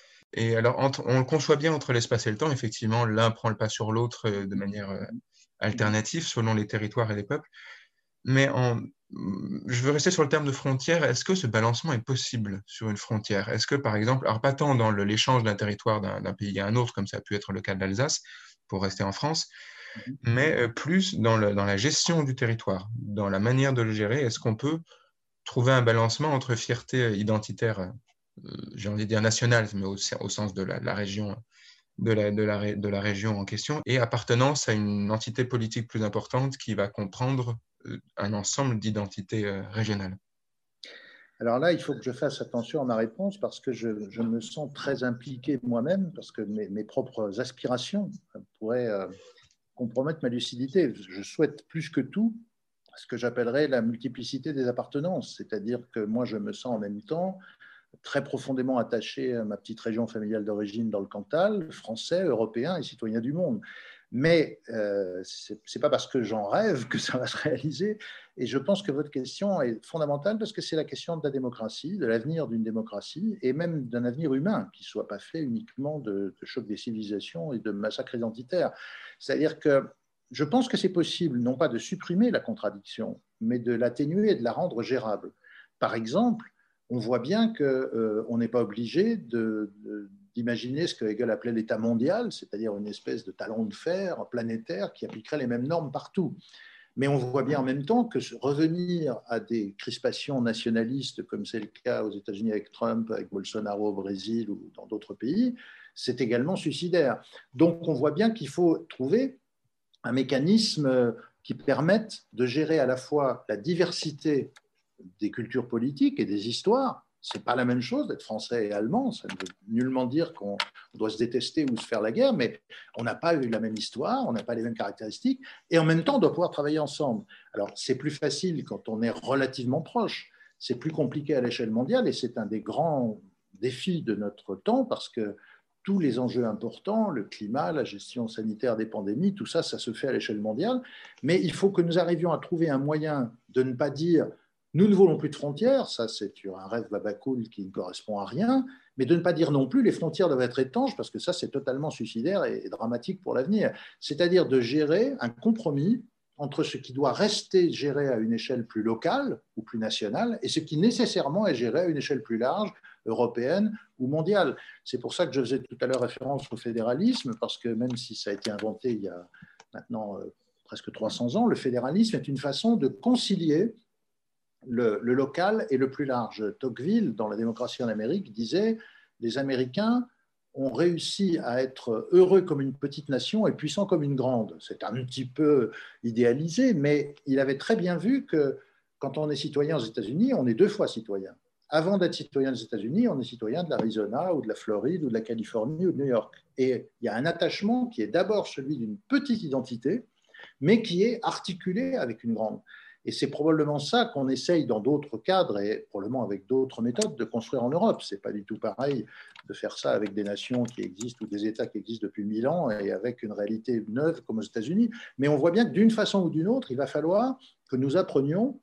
Et alors, entre, on le conçoit bien entre l'espace et le temps. Effectivement, l'un prend le pas sur l'autre de manière alternative selon les territoires et les peuples. Mais en, je veux rester sur le terme de frontière. Est-ce que ce balancement est possible sur une frontière? Est-ce que, par exemple, alors pas tant dans l'échange d'un territoire d'un pays à un autre, comme ça a pu être le cas de l'Alsace, pour rester en France, mais plus dans, le, dans la gestion du territoire, dans la manière de le gérer. Est-ce qu'on peut trouver un balancement entre fierté identitaire, euh, j'ai envie de dire nationale, mais au, au sens de la, la région, de la, de, la, de la région en question, et appartenance à une entité politique plus importante qui va comprendre euh, un ensemble d'identités euh, régionales? Alors là, il faut que je fasse attention à ma réponse parce que je, je me sens très impliqué moi-même, parce que mes, mes propres aspirations pourraient euh, compromettre ma lucidité. Je souhaite plus que tout ce que j'appellerais la multiplicité des appartenances, c'est-à-dire que moi, je me sens en même temps très profondément attaché à ma petite région familiale d'origine dans le Cantal, français, européen et citoyen du monde. Mais euh, ce n'est pas parce que j'en rêve que ça va se réaliser. Et je pense que votre question est fondamentale parce que c'est la question de la démocratie, de l'avenir d'une démocratie et même d'un avenir humain qui ne soit pas fait uniquement de, de choc des civilisations et de massacres identitaires. C'est-à-dire que je pense que c'est possible, non pas de supprimer la contradiction, mais de l'atténuer et de la rendre gérable. Par exemple, on voit bien qu'on euh, n'est pas obligé de, de, d'imaginer ce que Hegel appelait l'état mondial, c'est-à-dire une espèce de talon de fer planétaire qui appliquerait les mêmes normes partout. Mais on voit bien en même temps que revenir à des crispations nationalistes, comme c'est le cas aux États-Unis avec Trump, avec Bolsonaro au Brésil ou dans d'autres pays, c'est également suicidaire. Donc on voit bien qu'il faut trouver un mécanisme qui permette de gérer à la fois la diversité des cultures politiques et des histoires. Ce n'est pas la même chose d'être français et allemand, ça ne veut nullement dire qu'on doit se détester ou se faire la guerre, mais on n'a pas eu la même histoire, on n'a pas les mêmes caractéristiques, et en même temps on doit pouvoir travailler ensemble. Alors c'est plus facile quand on est relativement proche, c'est plus compliqué à l'échelle mondiale, et c'est un des grands défis de notre temps, parce que tous les enjeux importants, le climat, la gestion sanitaire des pandémies, tout ça, ça se fait à l'échelle mondiale, mais il faut que nous arrivions à trouver un moyen de ne pas dire nous ne voulons plus de frontières, ça c'est un rêve babacool qui ne correspond à rien, mais de ne pas dire non plus les frontières doivent être étanches, parce que ça c'est totalement suicidaire et, et dramatique pour l'avenir. C'est-à-dire de gérer un compromis entre ce qui doit rester géré à une échelle plus locale ou plus nationale et ce qui nécessairement est géré à une échelle plus large, européenne ou mondiale. C'est pour ça que je faisais tout à l'heure référence au fédéralisme, parce que même si ça a été inventé il y a maintenant euh, presque trois cents ans, le fédéralisme est une façon de concilier Le, le local et le plus large. Tocqueville, dans La démocratie en Amérique, disait « Les Américains ont réussi à être heureux comme une petite nation et puissants comme une grande ». C'est un petit peu idéalisé, mais il avait très bien vu que quand on est citoyen aux États-Unis, on est deux fois citoyen. Avant d'être citoyen des États-Unis, on est citoyen de l'Arizona ou de la Floride ou de la Californie ou de New York. Et il y a un attachement qui est d'abord celui d'une petite identité, mais qui est articulé avec une grande. Et c'est probablement ça qu'on essaye dans d'autres cadres et probablement avec d'autres méthodes de construire en Europe. Ce n'est pas du tout pareil de faire ça avec des nations qui existent ou des États qui existent depuis mille ans et avec une réalité neuve comme aux États-Unis. Mais on voit bien que d'une façon ou d'une autre, il va falloir que nous apprenions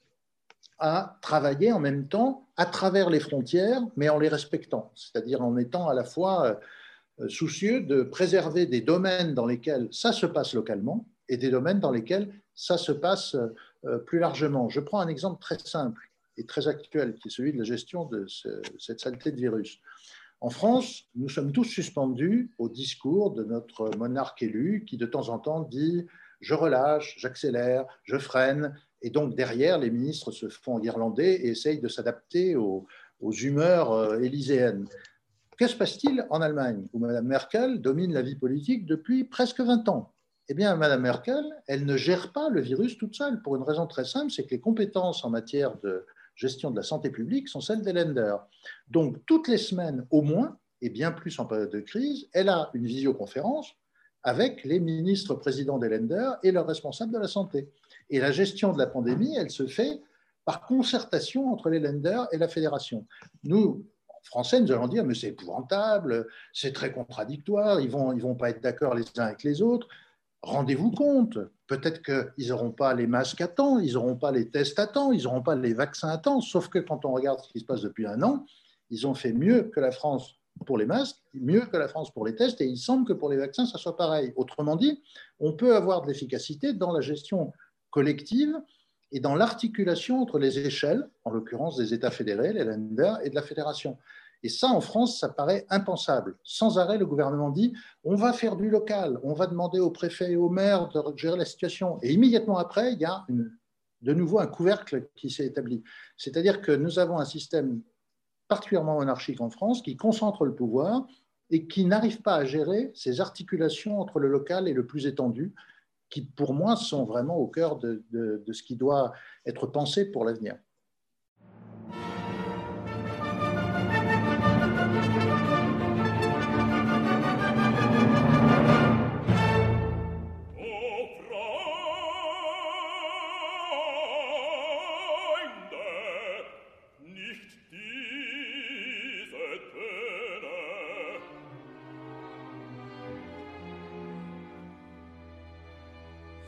à travailler en même temps à travers les frontières, mais en les respectant, c'est-à-dire en étant à la fois soucieux de préserver des domaines dans lesquels ça se passe localement et des domaines dans lesquels ça se passe plus largement. Je prends un exemple très simple et très actuel, qui est celui de la gestion de ce, cette saleté de virus. En France, nous sommes tous suspendus au discours de notre monarque élu qui, de temps en temps, dit « je relâche, j'accélère, je freine ». Et donc, derrière, les ministres se font irlandais et essayent de s'adapter aux, aux humeurs élyséennes. Que se passe-t-il en Allemagne, où Mme Merkel domine la vie politique depuis presque vingt ans? Eh bien, Mme Merkel, elle ne gère pas le virus toute seule, pour une raison très simple, c'est que les compétences en matière de gestion de la santé publique sont celles des Länder. Donc, toutes les semaines au moins, et bien plus en période de crise, elle a une visioconférence avec les ministres présidents des Länder et leurs responsables de la santé. Et la gestion de la pandémie, elle se fait par concertation entre les Länder et la fédération. Nous, Français, nous allons dire, mais c'est épouvantable, c'est très contradictoire, ils ne vont, ils vont pas être d'accord les uns avec les autres. Rendez-vous compte, peut-être qu'ils n'auront pas les masques à temps, ils n'auront pas les tests à temps, ils n'auront pas les vaccins à temps, sauf que quand on regarde ce qui se passe depuis un an, ils ont fait mieux que la France pour les masques, mieux que la France pour les tests, et il semble que pour les vaccins, ça soit pareil. Autrement dit, on peut avoir de l'efficacité dans la gestion collective et dans l'articulation entre les échelles, en l'occurrence des États fédérés, les Länder, et de la fédération. Et ça, en France, ça paraît impensable. Sans arrêt, le gouvernement dit « on va faire du local, on va demander aux préfets et aux maires de gérer la situation ». Et immédiatement après, il y a une, de nouveau un couvercle qui s'est établi. C'est-à-dire que nous avons un système particulièrement monarchique en France qui concentre le pouvoir et qui n'arrive pas à gérer ces articulations entre le local et le plus étendu, qui pour moi sont vraiment au cœur de, de, de ce qui doit être pensé pour l'avenir.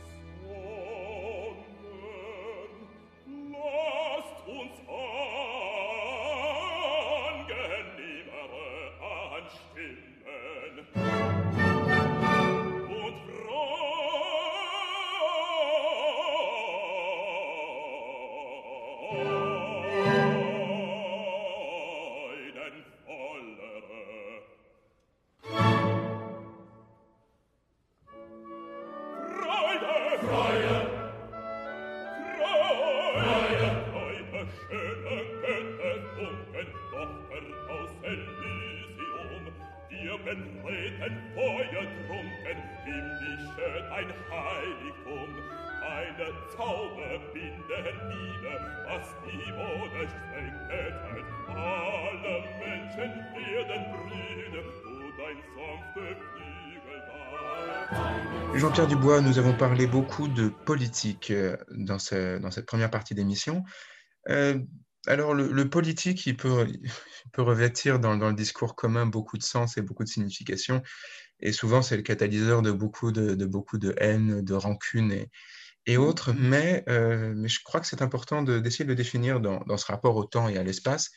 Lasst uns Jean-Pierre Dubois, nous avons parlé beaucoup de politique euh, dans, ce, dans cette première partie d'émission. Euh, alors, le, le politique, il peut, il peut revêtir dans, dans le discours commun beaucoup de sens et beaucoup de signification. Et souvent, c'est le catalyseur de beaucoup de, de, beaucoup de haine, de rancune et, et autres. Mais, euh, mais je crois que c'est important de, d'essayer de le définir dans, dans ce rapport au temps et à l'espace.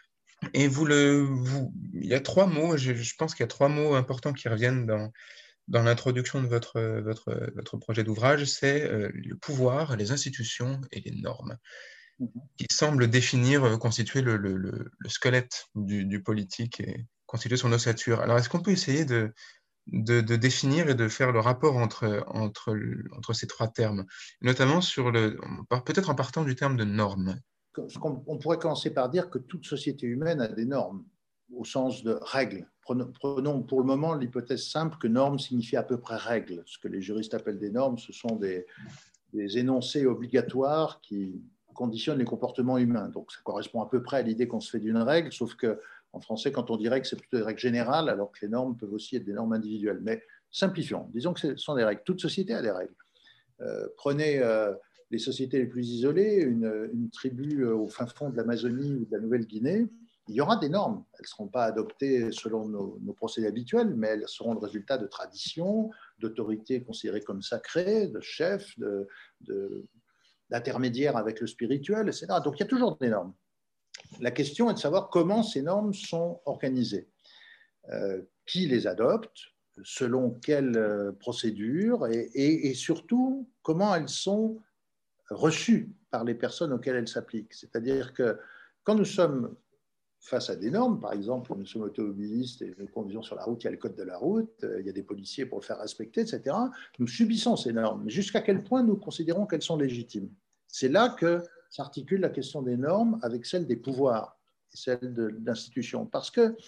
Et vous le, vous, il y a trois mots, je, je pense qu'il y a trois mots importants qui reviennent dans, dans l'introduction de votre, votre, votre projet d'ouvrage, c'est euh, le pouvoir, les institutions et les normes, qui semblent définir, euh, constituer le, le, le, le squelette du, du politique et constituer son ossature. Alors, est-ce qu'on peut essayer de, de, de définir et de faire le rapport entre, entre, entre ces trois termes, notamment sur le, peut-être en partant du terme de normes? On pourrait commencer par dire que toute société humaine a des normes, au sens de règles. Prenons pour le moment l'hypothèse simple que norme signifie à peu près règle. Ce que les juristes appellent des normes, ce sont des, des énoncés obligatoires qui conditionnent les comportements humains. Donc ça correspond à peu près à l'idée qu'on se fait d'une règle, sauf qu'en français, quand on dit règle, c'est plutôt des règles générales, alors que les normes peuvent aussi être des normes individuelles. Mais simplifions, disons que ce sont des règles. Toute société a des règles. Euh, prenez euh, les sociétés les plus isolées, une, une tribu au fin fond de l'Amazonie ou de la Nouvelle-Guinée, il y aura des normes. Elles ne seront pas adoptées selon nos, nos procédés habituels, mais elles seront le résultat de traditions, d'autorités considérées comme sacrées, de chefs, de, de, d'intermédiaires avec le spirituel, et cetera. Donc il y a toujours des normes. La question est de savoir comment ces normes sont organisées. Euh, qui les adopte, selon quelles procédures, et, et, et surtout comment elles sont reçues par les personnes auxquelles elles s'appliquent. C'est-à-dire que quand nous sommes face à des normes, par exemple, nous sommes automobilistes et nous conduisons sur la route, il y a le code de la route, il y a des policiers pour le faire respecter, et cetera. Nous subissons ces normes, mais jusqu'à quel point nous considérons qu'elles sont légitimes? C'est là que s'articule la question des normes avec celle des pouvoirs et celle de l'institution. Parce que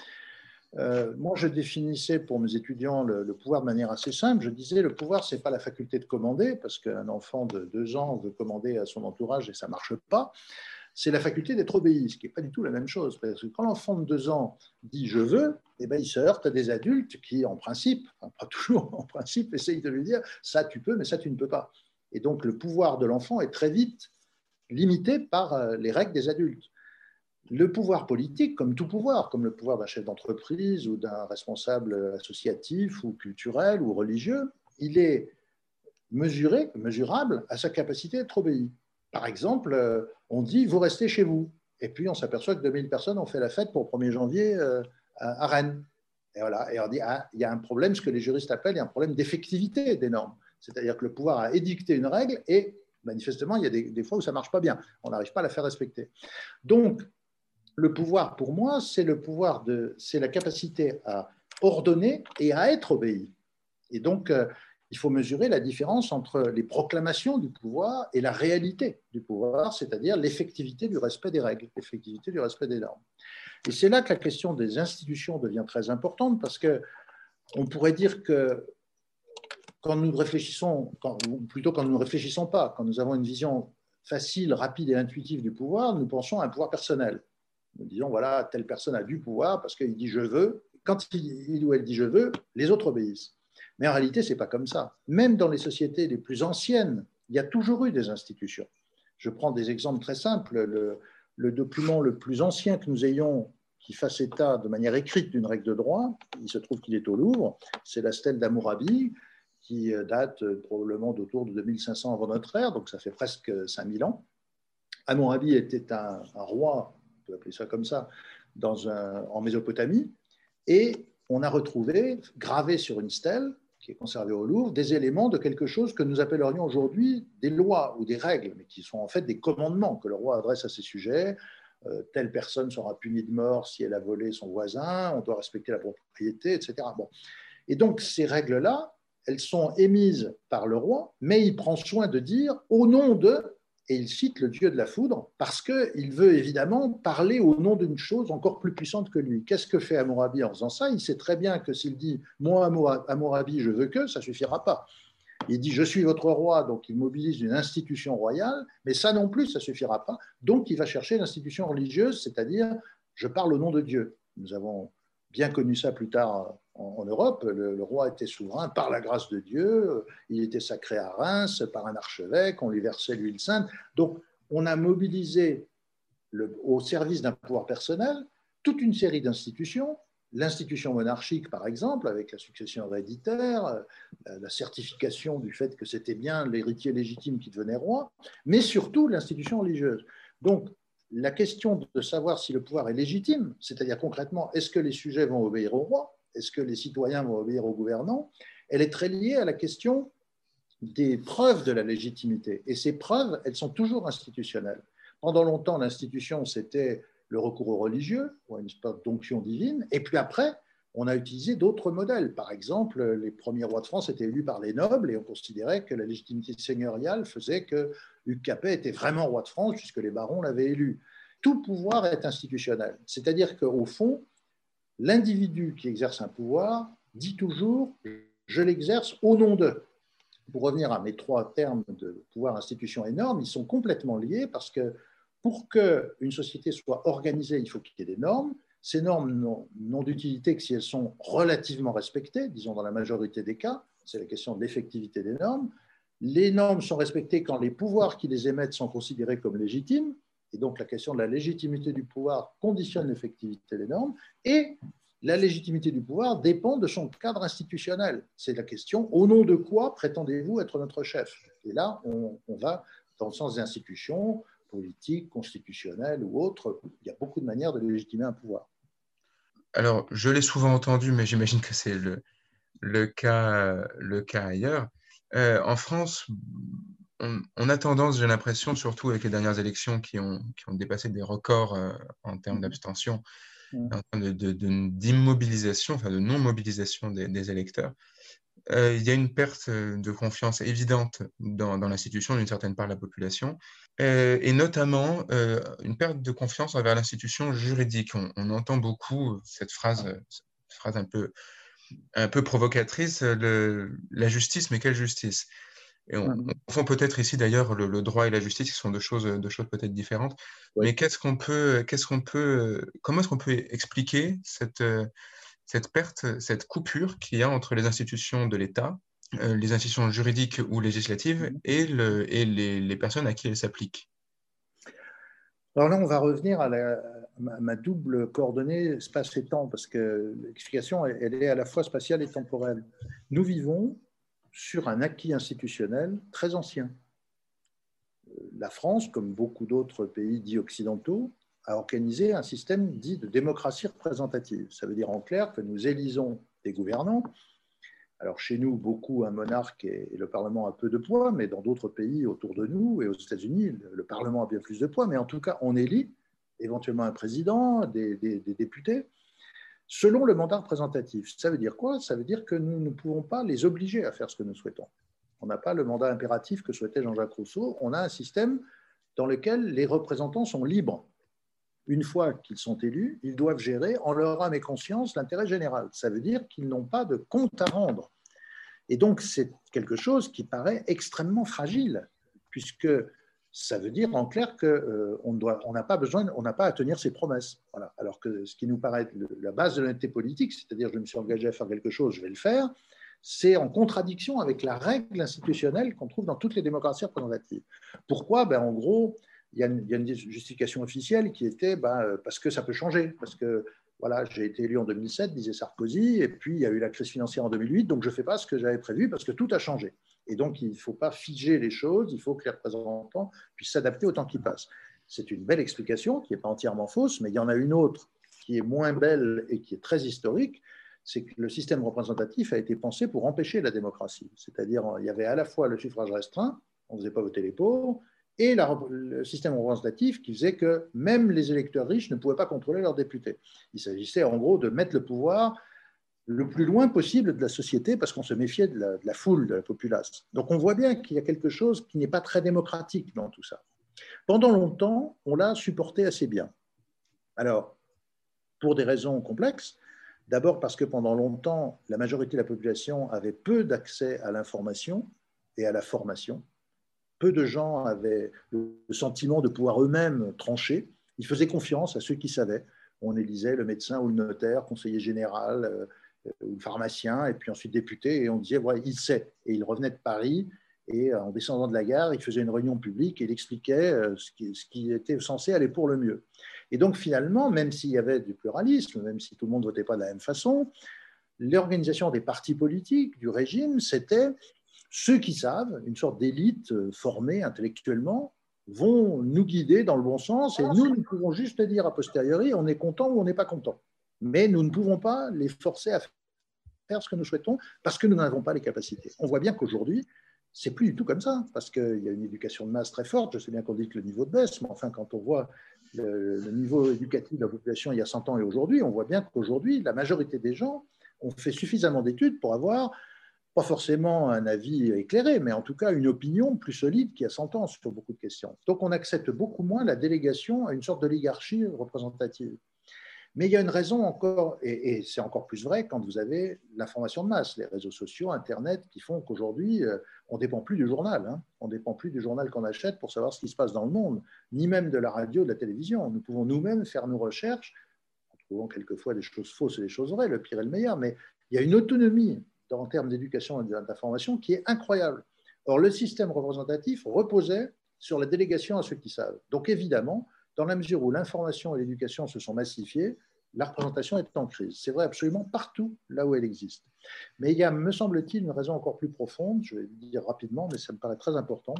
euh, moi, je définissais pour mes étudiants le, le pouvoir de manière assez simple. Je disais, le pouvoir, ce n'est pas la faculté de commander, parce qu'un enfant de deux ans veut commander à son entourage et ça ne marche pas. C'est la faculté d'être obéi, ce qui n'est pas du tout la même chose. Parce que quand l'enfant de deux ans dit « je veux », eh ben, il se heurte à des adultes qui, en principe, enfin, pas toujours, en principe, essayent de lui dire « ça tu peux, mais ça tu ne peux pas ». Et donc le pouvoir de l'enfant est très vite limité par les règles des adultes. Le pouvoir politique, comme tout pouvoir, comme le pouvoir d'un chef d'entreprise ou d'un responsable associatif ou culturel ou religieux, il est mesuré, mesurable à sa capacité d'être obéi. Par exemple, on dit « vous restez chez vous ». Et puis, on s'aperçoit que deux mille personnes ont fait la fête pour le premier janvier à Rennes. Et voilà. Et on dit ah, il y a un problème, ce que les juristes appellent, il y a un problème d'effectivité des normes. C'est-à-dire que le pouvoir a édicté une règle et, manifestement, il y a des, des fois où ça ne marche pas bien. On n'arrive pas à la faire respecter. Donc, le pouvoir, pour moi, c'est le pouvoir de, c'est la capacité à ordonner et à être obéi. Et donc, il faut mesurer la différence entre les proclamations du pouvoir et la réalité du pouvoir, c'est-à-dire l'effectivité du respect des règles, l'effectivité du respect des normes. Et c'est là que la question des institutions devient très importante, parce qu'on pourrait dire que quand nous réfléchissons, quand, ou plutôt quand nous ne réfléchissons pas, quand nous avons une vision facile, rapide et intuitive du pouvoir, nous pensons à un pouvoir personnel. Nous disons, voilà, telle personne a du pouvoir parce qu'il dit « je veux ». Quand il ou elle dit « je veux », les autres obéissent. Mais en réalité, ce n'est pas comme ça. Même dans les sociétés les plus anciennes, il y a toujours eu des institutions. Je prends des exemples très simples. Le, le document le plus ancien que nous ayons qui fasse état de manière écrite d'une règle de droit, il se trouve qu'il est au Louvre, c'est la stèle d'Hammurabi, qui date probablement d'autour de deux mille cinq cents avant notre ère, donc ça fait presque cinq mille ans. Hammurabi était un, un roi, on peut appeler ça comme ça, dans un, en Mésopotamie, et on a retrouvé, gravé sur une stèle, qui est conservée au Louvre, des éléments de quelque chose que nous appellerions aujourd'hui des lois ou des règles, mais qui sont en fait des commandements que le roi adresse à ses sujets. Euh, telle personne sera punie de mort si elle a volé son voisin, on doit respecter la propriété, et cetera. Bon. Et donc ces règles-là, elles sont émises par le roi, mais il prend soin de dire au nom de, et il cite le dieu de la foudre, parce qu'il veut évidemment parler au nom d'une chose encore plus puissante que lui. Qu'est-ce que fait Hammurabi en faisant ça? Il sait très bien que s'il dit « moi, Hammurabi, je veux que », ça ne suffira pas. Il dit « je suis votre roi », donc il mobilise une institution royale, mais ça non plus, ça ne suffira pas. Donc il va chercher l'institution religieuse, c'est-à-dire « je parle au nom de Dieu ». Nous avons bien connu ça plus tard en, en Europe. Le, le roi était souverain par la grâce de Dieu, il était sacré à Reims par un archevêque, on lui versait l'huile sainte. Donc on a mobilisé le, au service d'un pouvoir personnel toute une série d'institutions, l'institution monarchique par exemple, avec la succession héréditaire, la certification du fait que c'était bien l'héritier légitime qui devenait roi, mais surtout l'institution religieuse. Donc la question de savoir si le pouvoir est légitime, c'est-à-dire concrètement, est-ce que les sujets vont obéir au roi, est-ce que les citoyens vont obéir au gouvernant, elle est très liée à la question des preuves de la légitimité. Et ces preuves, elles sont toujours institutionnelles. Pendant longtemps, l'institution, c'était le recours aux religieux, ou une sorte d'onction divine, et puis après, on a utilisé d'autres modèles. Par exemple, les premiers rois de France étaient élus par les nobles, et on considérait que la légitimité seigneuriale faisait que Hugues Capet était vraiment roi de France, puisque les barons l'avaient élu. Tout pouvoir est institutionnel. C'est-à-dire qu'au fond, l'individu qui exerce un pouvoir dit toujours « je l'exerce au nom d'eux ». Pour revenir à mes trois termes de pouvoir, institution et normes, ils sont complètement liés parce que pour qu'une société soit organisée, il faut qu'il y ait des normes. Ces normes n'ont d'utilité que si elles sont relativement respectées, disons dans la majorité des cas, c'est la question de l'effectivité des normes. Les normes sont respectées quand les pouvoirs qui les émettent sont considérés comme légitimes, et donc la question de la légitimité du pouvoir conditionne l'effectivité des normes, et la légitimité du pouvoir dépend de son cadre institutionnel. C'est la question, au nom de quoi prétendez-vous être notre chef? Et là, on, on va dans le sens des institutions, politiques, constitutionnelles ou autres. Il y a beaucoup de manières de légitimer un pouvoir. Alors, je l'ai souvent entendu, mais j'imagine que c'est le, le cas, le cas ailleurs. Euh, en France, on, on a tendance, j'ai l'impression, surtout avec les dernières élections qui ont, qui ont dépassé des records euh, en termes d'abstention, Mmh. en termes de, de, de, d'immobilisation, enfin de non-mobilisation des, des électeurs. Euh, il y a une perte de confiance évidente dans, dans l'institution d'une certaine part de la population, euh, et notamment euh, une perte de confiance envers l'institution juridique. On, on entend beaucoup cette phrase, cette phrase un peu, un peu provocatrice, le, la justice, mais quelle justice? Et on, on confond peut-être ici d'ailleurs le, le droit et la justice, qui sont deux choses, deux choses peut-être différentes. Oui. Mais qu'est-ce qu'on peut, qu'est-ce qu'on peut, comment est-ce qu'on peut expliquer cette, cette perte, cette coupure qu'il y a entre les institutions de l'État, euh, les institutions juridiques ou législatives, et, le, et les, les personnes à qui elles s'appliquent? Alors là, on va revenir à, la, à ma double coordonnée espace et temps, parce que l'explication, elle est à la fois spatiale et temporelle. Nous vivons sur un acquis institutionnel très ancien. La France, comme beaucoup d'autres pays dits occidentaux, a organisé un système dit de démocratie représentative. Ça veut dire en clair que nous élisons des gouvernants. Alors chez nous, beaucoup un monarque et le Parlement a peu de poids, mais dans d'autres pays autour de nous et aux États-Unis, le Parlement a bien plus de poids. Mais en tout cas, on élit éventuellement un président, des, des, des députés, selon le mandat représentatif. Ça veut dire quoi? Ça veut dire que nous ne pouvons pas les obliger à faire ce que nous souhaitons. On n'a pas le mandat impératif que souhaitait Jean-Jacques Rousseau. On a un système dans lequel les représentants sont libres. Une fois qu'ils sont élus, ils doivent gérer en leur âme et conscience l'intérêt général. Ça veut dire qu'ils n'ont pas de compte à rendre. Et donc, c'est quelque chose qui paraît extrêmement fragile, puisque ça veut dire en clair qu'on euh, on n'a pas besoin, on n'a pas à tenir ses promesses. Voilà. Alors que ce qui nous paraît le, la base de l'honnêteté politique, c'est-à-dire je me suis engagé à faire quelque chose, je vais le faire, c'est en contradiction avec la règle institutionnelle qu'on trouve dans toutes les démocraties représentatives. Pourquoi? Ben, en gros, il y, a une, il y a une justification officielle qui était ben, parce que ça peut changer, parce que voilà, j'ai été élu en deux mille sept, disait Sarkozy, et puis il y a eu la crise financière en deux mille huit, donc je ne fais pas ce que j'avais prévu parce que tout a changé. Et donc, il ne faut pas figer les choses, il faut que les représentants puissent s'adapter au temps qui passe. C'est une belle explication qui n'est pas entièrement fausse, mais il y en a une autre qui est moins belle et qui est très historique, c'est que le système représentatif a été pensé pour empêcher la démocratie. C'est-à-dire, il y avait à la fois le suffrage restreint, on ne faisait pas voter les pauvres, et la, le système représentatif qui faisait que même les électeurs riches ne pouvaient pas contrôler leurs députés. Il s'agissait en gros de mettre le pouvoir le plus loin possible de la société parce qu'on se méfiait de la, de la foule, de la populace. Donc on voit bien qu'il y a quelque chose qui n'est pas très démocratique dans tout ça. Pendant longtemps, on l'a supporté assez bien. Alors, pour des raisons complexes, d'abord parce que pendant longtemps, la majorité de la population avait peu d'accès à l'information. et à la formation. Peu de gens avaient le sentiment de pouvoir eux-mêmes trancher. Ils faisaient confiance à ceux qui savaient. On élisait le médecin ou le notaire, conseiller général euh, ou le pharmacien, et puis ensuite député, et on disait, voilà, il sait. Et il revenait de Paris, et en descendant de la gare, il faisait une réunion publique et il expliquait euh, ce, qui, ce qui était censé aller pour le mieux. Et donc finalement, même s'il y avait du pluralisme, même si tout le monde ne votait pas de la même façon, l'organisation des partis politiques, du régime, c'était ceux qui savent, une sorte d'élite formée intellectuellement, vont nous guider dans le bon sens, et nous, nous pouvons juste dire a posteriori, on est content ou on n'est pas content. Mais nous ne pouvons pas les forcer à faire ce que nous souhaitons parce que nous n'avons pas les capacités. On voit bien qu'aujourd'hui, c'est plus du tout comme ça, parce qu'il y a une éducation de masse très forte. Je sais bien qu'on dit que le niveau de baisse, mais enfin, quand on voit le, le niveau éducatif de la population il y a cent ans et aujourd'hui, on voit bien qu'aujourd'hui, la majorité des gens ont fait suffisamment d'études pour avoir, pas forcément un avis éclairé, mais en tout cas une opinion plus solide qu'il y a cent ans sur beaucoup de questions. Donc on accepte beaucoup moins la délégation à une sorte d'oligarchie représentative. Mais il y a une raison encore, et, et c'est encore plus vrai quand vous avez l'information de masse, les réseaux sociaux, Internet, qui font qu'aujourd'hui, on ne dépend plus du journal. Hein. On ne dépend plus du journal qu'on achète pour savoir ce qui se passe dans le monde, ni même de la radio, de la télévision. Nous pouvons nous-mêmes faire nos recherches, en trouvant quelquefois des choses fausses et des choses vraies, le pire et le meilleur, mais il y a une autonomie en termes d'éducation et d'information qui est incroyable. Or, le système représentatif reposait sur la délégation à ceux qui savent. Donc évidemment, dans la mesure où l'information et l'éducation se sont massifiées, la représentation est en crise. C'est vrai absolument partout là où elle existe. Mais il y a, me semble-t-il, une raison encore plus profonde, je vais le dire rapidement, mais ça me paraît très important.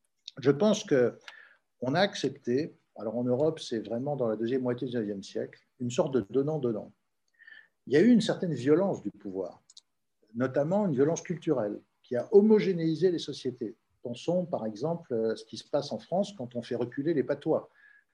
Je pense qu'on a accepté, alors en Europe, c'est vraiment dans la deuxième moitié du dix-neuvième siècle, une sorte de donnant-donnant. Il y a eu une certaine violence du pouvoir, notamment une violence culturelle, qui a homogénéisé les sociétés. Pensons par exemple à ce qui se passe en France quand on fait reculer les patois.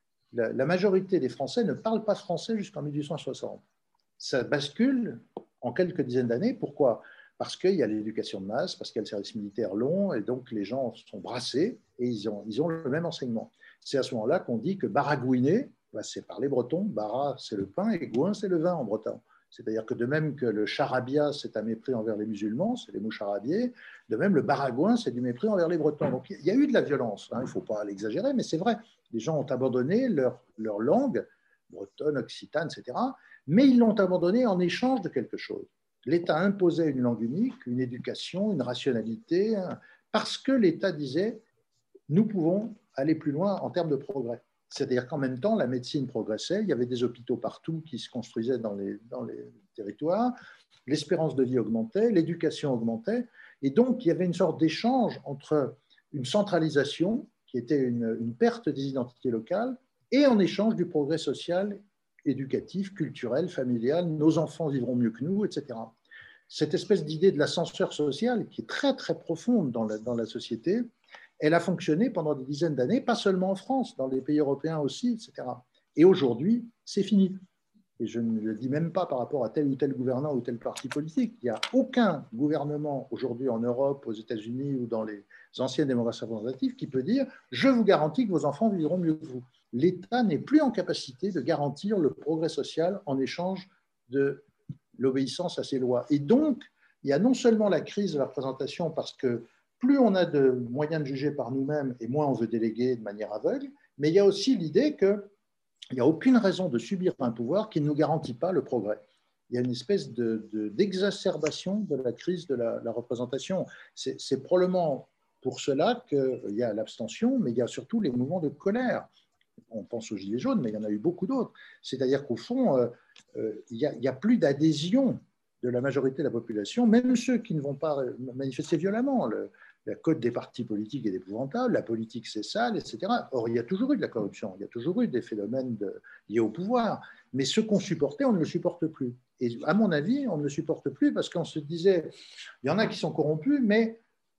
La majorité des Français ne parlent pas français jusqu'en mille huit cent soixante. Ça bascule en quelques dizaines d'années. Pourquoi ? Parce qu'il y a l'éducation de masse, parce qu'il y a le service militaire long, et donc les gens sont brassés et ils ont, ils ont le même enseignement. C'est à ce moment-là qu'on dit que baragouiner, bah, c'est par les Bretons, bara c'est le pain et gouin c'est le vin en breton. C'est-à-dire que de même que le charabia, c'est un mépris envers les musulmans, c'est les moucharabiers, de même le baragouin, c'est du mépris envers les Bretons. Donc il y a eu de la violence, hein, il ne faut pas l'exagérer, mais c'est vrai. Les gens ont abandonné leur, leur langue, bretonne, occitane, et cetera, mais ils l'ont abandonné en échange de quelque chose. L'État imposait une langue unique, une éducation, une rationalité, parce que l'État disait « nous pouvons aller plus loin en termes de progrès ». C'est-à-dire qu'en même temps, la médecine progressait, il y avait des hôpitaux partout qui se construisaient dans les, dans les territoires, l'espérance de vie augmentait, l'éducation augmentait, et donc il y avait une sorte d'échange entre une centralisation, qui était une, une perte des identités locales, et en échange du progrès social, éducatif, culturel, familial, nos enfants vivront mieux que nous, et cetera. Cette espèce d'idée de l'ascenseur social, qui est très très profonde dans la, dans la société, elle a fonctionné pendant des dizaines d'années, pas seulement en France, dans les pays européens aussi, et cetera. Et aujourd'hui, c'est fini. Et je ne le dis même pas par rapport à tel ou tel gouvernant ou tel parti politique. Il n'y a aucun gouvernement aujourd'hui en Europe, aux États-Unis ou dans les anciennes démocraties représentatives qui peut dire « je vous garantis que vos enfants vivront mieux que vous ». L'État n'est plus en capacité de garantir le progrès social en échange de l'obéissance à ses lois. Et donc, il y a non seulement la crise de la représentation parce que plus on a de moyens de juger par nous-mêmes et moins on veut déléguer de manière aveugle, mais il y a aussi l'idée qu'il n'y a aucune raison de subir un pouvoir qui ne nous garantit pas le progrès. Il y a une espèce de, de, d'exacerbation de la crise de la, la représentation. C'est, c'est probablement pour cela qu'il y a l'abstention, mais il y a surtout les mouvements de colère. On pense aux Gilets jaunes, mais il y en a eu beaucoup d'autres. C'est-à-dire qu'au fond, euh, euh, il n'y a, il y a plus d'adhésion de la majorité de la population, même ceux qui ne vont pas manifester violemment. Le, la cote des partis politiques est épouvantable, la politique c'est sale, et cetera. Or, il y a toujours eu de la corruption, il y a toujours eu des phénomènes de, liés au pouvoir, mais ce qu'on supportait, on ne le supporte plus. Et à mon avis, on ne le supporte plus parce qu'on se disait, il y en a qui sont corrompus, mais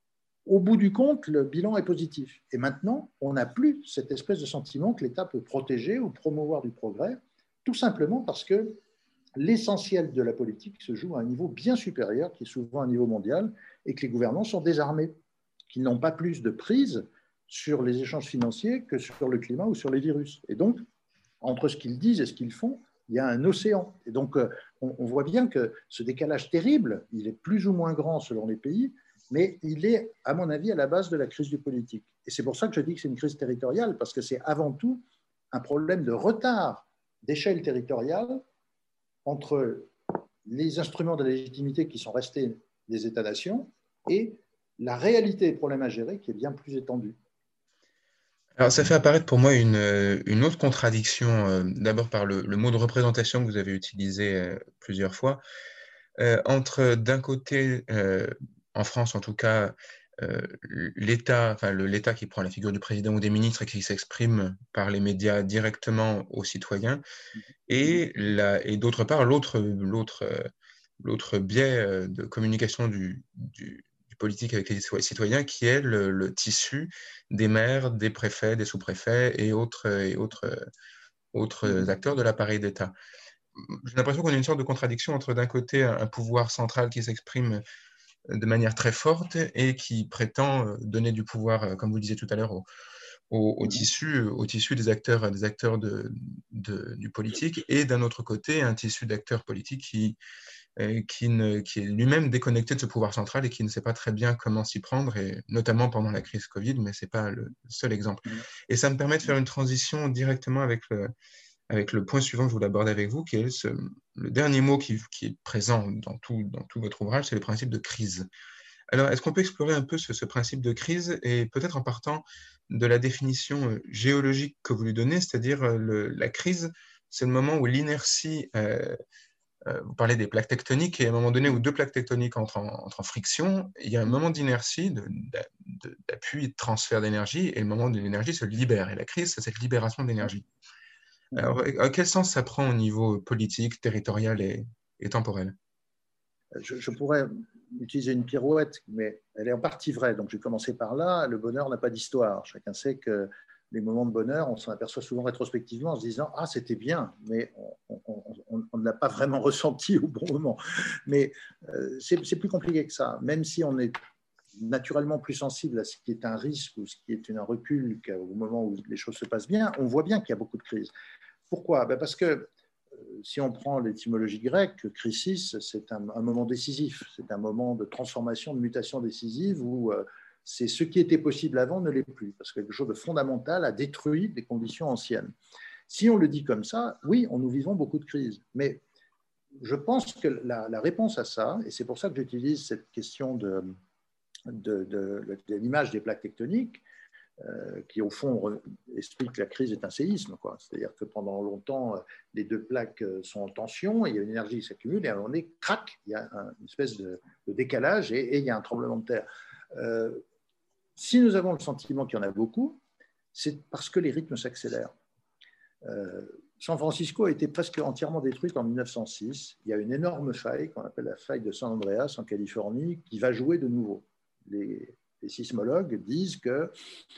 au bout du compte, le bilan est positif. Et maintenant, on n'a plus cette espèce de sentiment que l'État peut protéger ou promouvoir du progrès, tout simplement parce que l'essentiel de la politique se joue à un niveau bien supérieur, qui est souvent un niveau mondial, et que les gouvernants sont désarmés, qui n'ont pas plus de prise sur les échanges financiers que sur le climat ou sur les virus. Et donc, entre ce qu'ils disent et ce qu'ils font, il y a un océan. Et donc, on, on voit bien que ce décalage terrible, il est plus ou moins grand selon les pays, mais il est, à mon avis, à la base de la crise du politique. Et c'est pour ça que je dis que c'est une crise territoriale, parce que c'est avant tout un problème de retard d'échelle territoriale entre les instruments de la légitimité qui sont restés des États-nations et la réalité des problèmes à gérer qui est bien plus étendue. Alors, ça fait apparaître pour moi une, euh, une autre contradiction, euh, d'abord par le, le mot de représentation que vous avez utilisé euh, plusieurs fois, euh, entre d'un côté, euh, en France en tout cas, euh, l'État, enfin le- l'État qui prend la figure du président ou des ministres et qui s'exprime par les médias directement aux citoyens, et, la, et d'autre part, l'autre, l'autre, euh, l'autre biais euh, de communication du, du, du politique avec les citoyens, qui est le, le tissu des maires, des préfets, des sous-préfets et autres, et autres, autres acteurs de l'appareil d'État. J'ai l'impression qu'on a une sorte de contradiction entre d'un côté un, un pouvoir central qui s'exprime de manière très forte et qui prétend euh, donner du pouvoir, euh, comme vous le disiez tout à l'heure, au, au, au tissu, au tissu des acteurs, des acteurs de, de, du politique, et d'un autre côté, un tissu d'acteurs politiques qui, euh, qui, ne, qui est lui-même déconnecté de ce pouvoir central et qui ne sait pas très bien comment s'y prendre, et notamment pendant la crise Covid, mais ce n'est pas le seul exemple. Et ça me permet de faire une transition directement avec le, avec le point suivant que je voulais aborder avec vous, qui est ce, le dernier mot qui, qui est présent dans tout, dans tout votre ouvrage, c'est le principe de crise. Alors, est-ce qu'on peut explorer un peu ce, ce principe de crise, et peut-être en partant de la définition euh, géologique que vous lui donnez, c'est-à-dire euh, le, la crise, c'est le moment où l'inertie, euh, euh, vous parlez des plaques tectoniques, et à un moment donné où deux plaques tectoniques entrent en, entrent en friction, il y a un moment d'inertie, de, de, d'appui, de transfert d'énergie, et le moment où l'énergie se libère. Et la crise, c'est cette libération d'énergie. Alors, à quel sens ça prend au niveau politique, territorial et, et temporel? Je, je pourrais utiliser une pirouette, mais elle est en partie vraie. Donc, je vais commencer par là. Le bonheur n'a pas d'histoire. Chacun sait que les moments de bonheur, on s'en aperçoit souvent rétrospectivement en se disant « Ah, c'était bien », mais on, on, on, on ne l'a pas vraiment ressenti au bon moment. Mais euh, c'est plus compliqué que ça. Même si on est naturellement plus sensible à ce qui est un risque ou ce qui est un recul qu'au moment où les choses se passent bien, on voit bien qu'il y a beaucoup de crises. Pourquoi? Ben parce que si on prend l'étymologie grecque, crisis, c'est un, un moment décisif, c'est un moment de transformation, de mutation décisive où euh, c'est ce qui était possible avant ne l'est plus, parce que quelque chose de fondamental a détruit des conditions anciennes. Si on le dit comme ça, oui, on, nous vivons beaucoup de crises, mais je pense que la, la réponse à ça, et c'est pour ça que j'utilise cette question de, de, de, de l'image des plaques tectoniques, Euh, qui au fond explique que la crise est un séisme. C'est-à-dire que pendant longtemps, les deux plaques sont en tension, et il y a une énergie qui s'accumule, et à un moment donné, crac, il y a un, une espèce de, de décalage, et, et il y a un tremblement de terre. Euh, si nous avons le sentiment qu'il y en a beaucoup, c'est parce que les rythmes s'accélèrent. Euh, San Francisco a été presque entièrement détruite en mille neuf cent six. Il y a une énorme faille qu'on appelle la faille de San Andreas en Californie qui va jouer de nouveau. Les, les sismologues disent que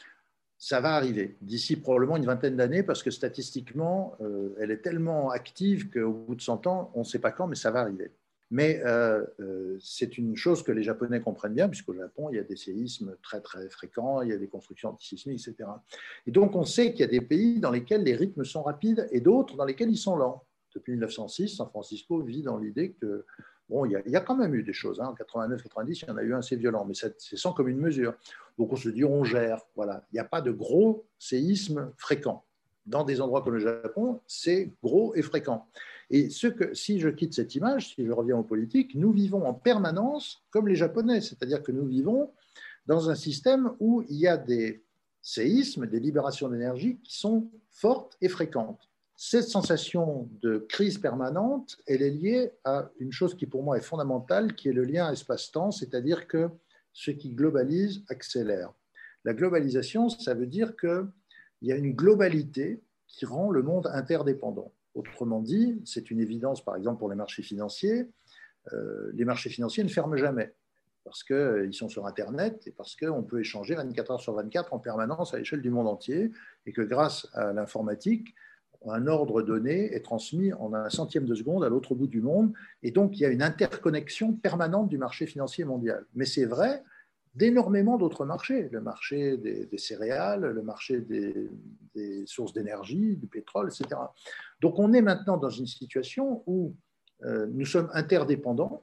ça va arriver d'ici probablement une vingtaine d'années parce que statistiquement, euh, elle est tellement active qu'au bout de cent ans, on ne sait pas quand, mais ça va arriver. Mais euh, euh, c'est une chose que les Japonais comprennent bien, puisqu'au Japon, il y a des séismes très, très fréquents, il y a des constructions antisismiques, et cetera. Et donc, on sait qu'il y a des pays dans lesquels les rythmes sont rapides et d'autres dans lesquels ils sont lents. Depuis mille neuf cent six, San Francisco vit dans l'idée que bon, il y, a, il y a quand même eu des choses. Hein. En quatre-vingt-neuf quatre-vingt-dix, il y en a eu un assez violent, mais c'est sans commune mesure. Donc, on se dit, on gère. Voilà. Il n'y a pas de gros séismes fréquents. Dans des endroits comme le Japon, c'est gros et fréquent. Et ce que, si je quitte cette image, si je reviens aux politiques, nous vivons en permanence comme les Japonais. C'est-à-dire que nous vivons dans un système où il y a des séismes, des libérations d'énergie qui sont fortes et fréquentes. Cette sensation de crise permanente, elle est liée à une chose qui pour moi est fondamentale, qui est le lien espace-temps, c'est-à-dire que ce qui globalise accélère. La globalisation, ça veut dire qu'il y a une globalité qui rend le monde interdépendant. Autrement dit, c'est une évidence par exemple pour les marchés financiers, euh, les marchés financiers ne ferment jamais parce qu'ils sont sur Internet et parce qu'on peut échanger vingt-quatre heures sur vingt-quatre en permanence à l'échelle du monde entier et que grâce à l'informatique, un ordre donné est transmis en un centième de seconde à l'autre bout du monde. Et donc, il y a une interconnexion permanente du marché financier mondial. Mais c'est vrai d'énormément d'autres marchés. Le marché des, des céréales, le marché des, des sources d'énergie, du pétrole, et cetera. Donc, on est maintenant dans une situation où euh, nous sommes interdépendants,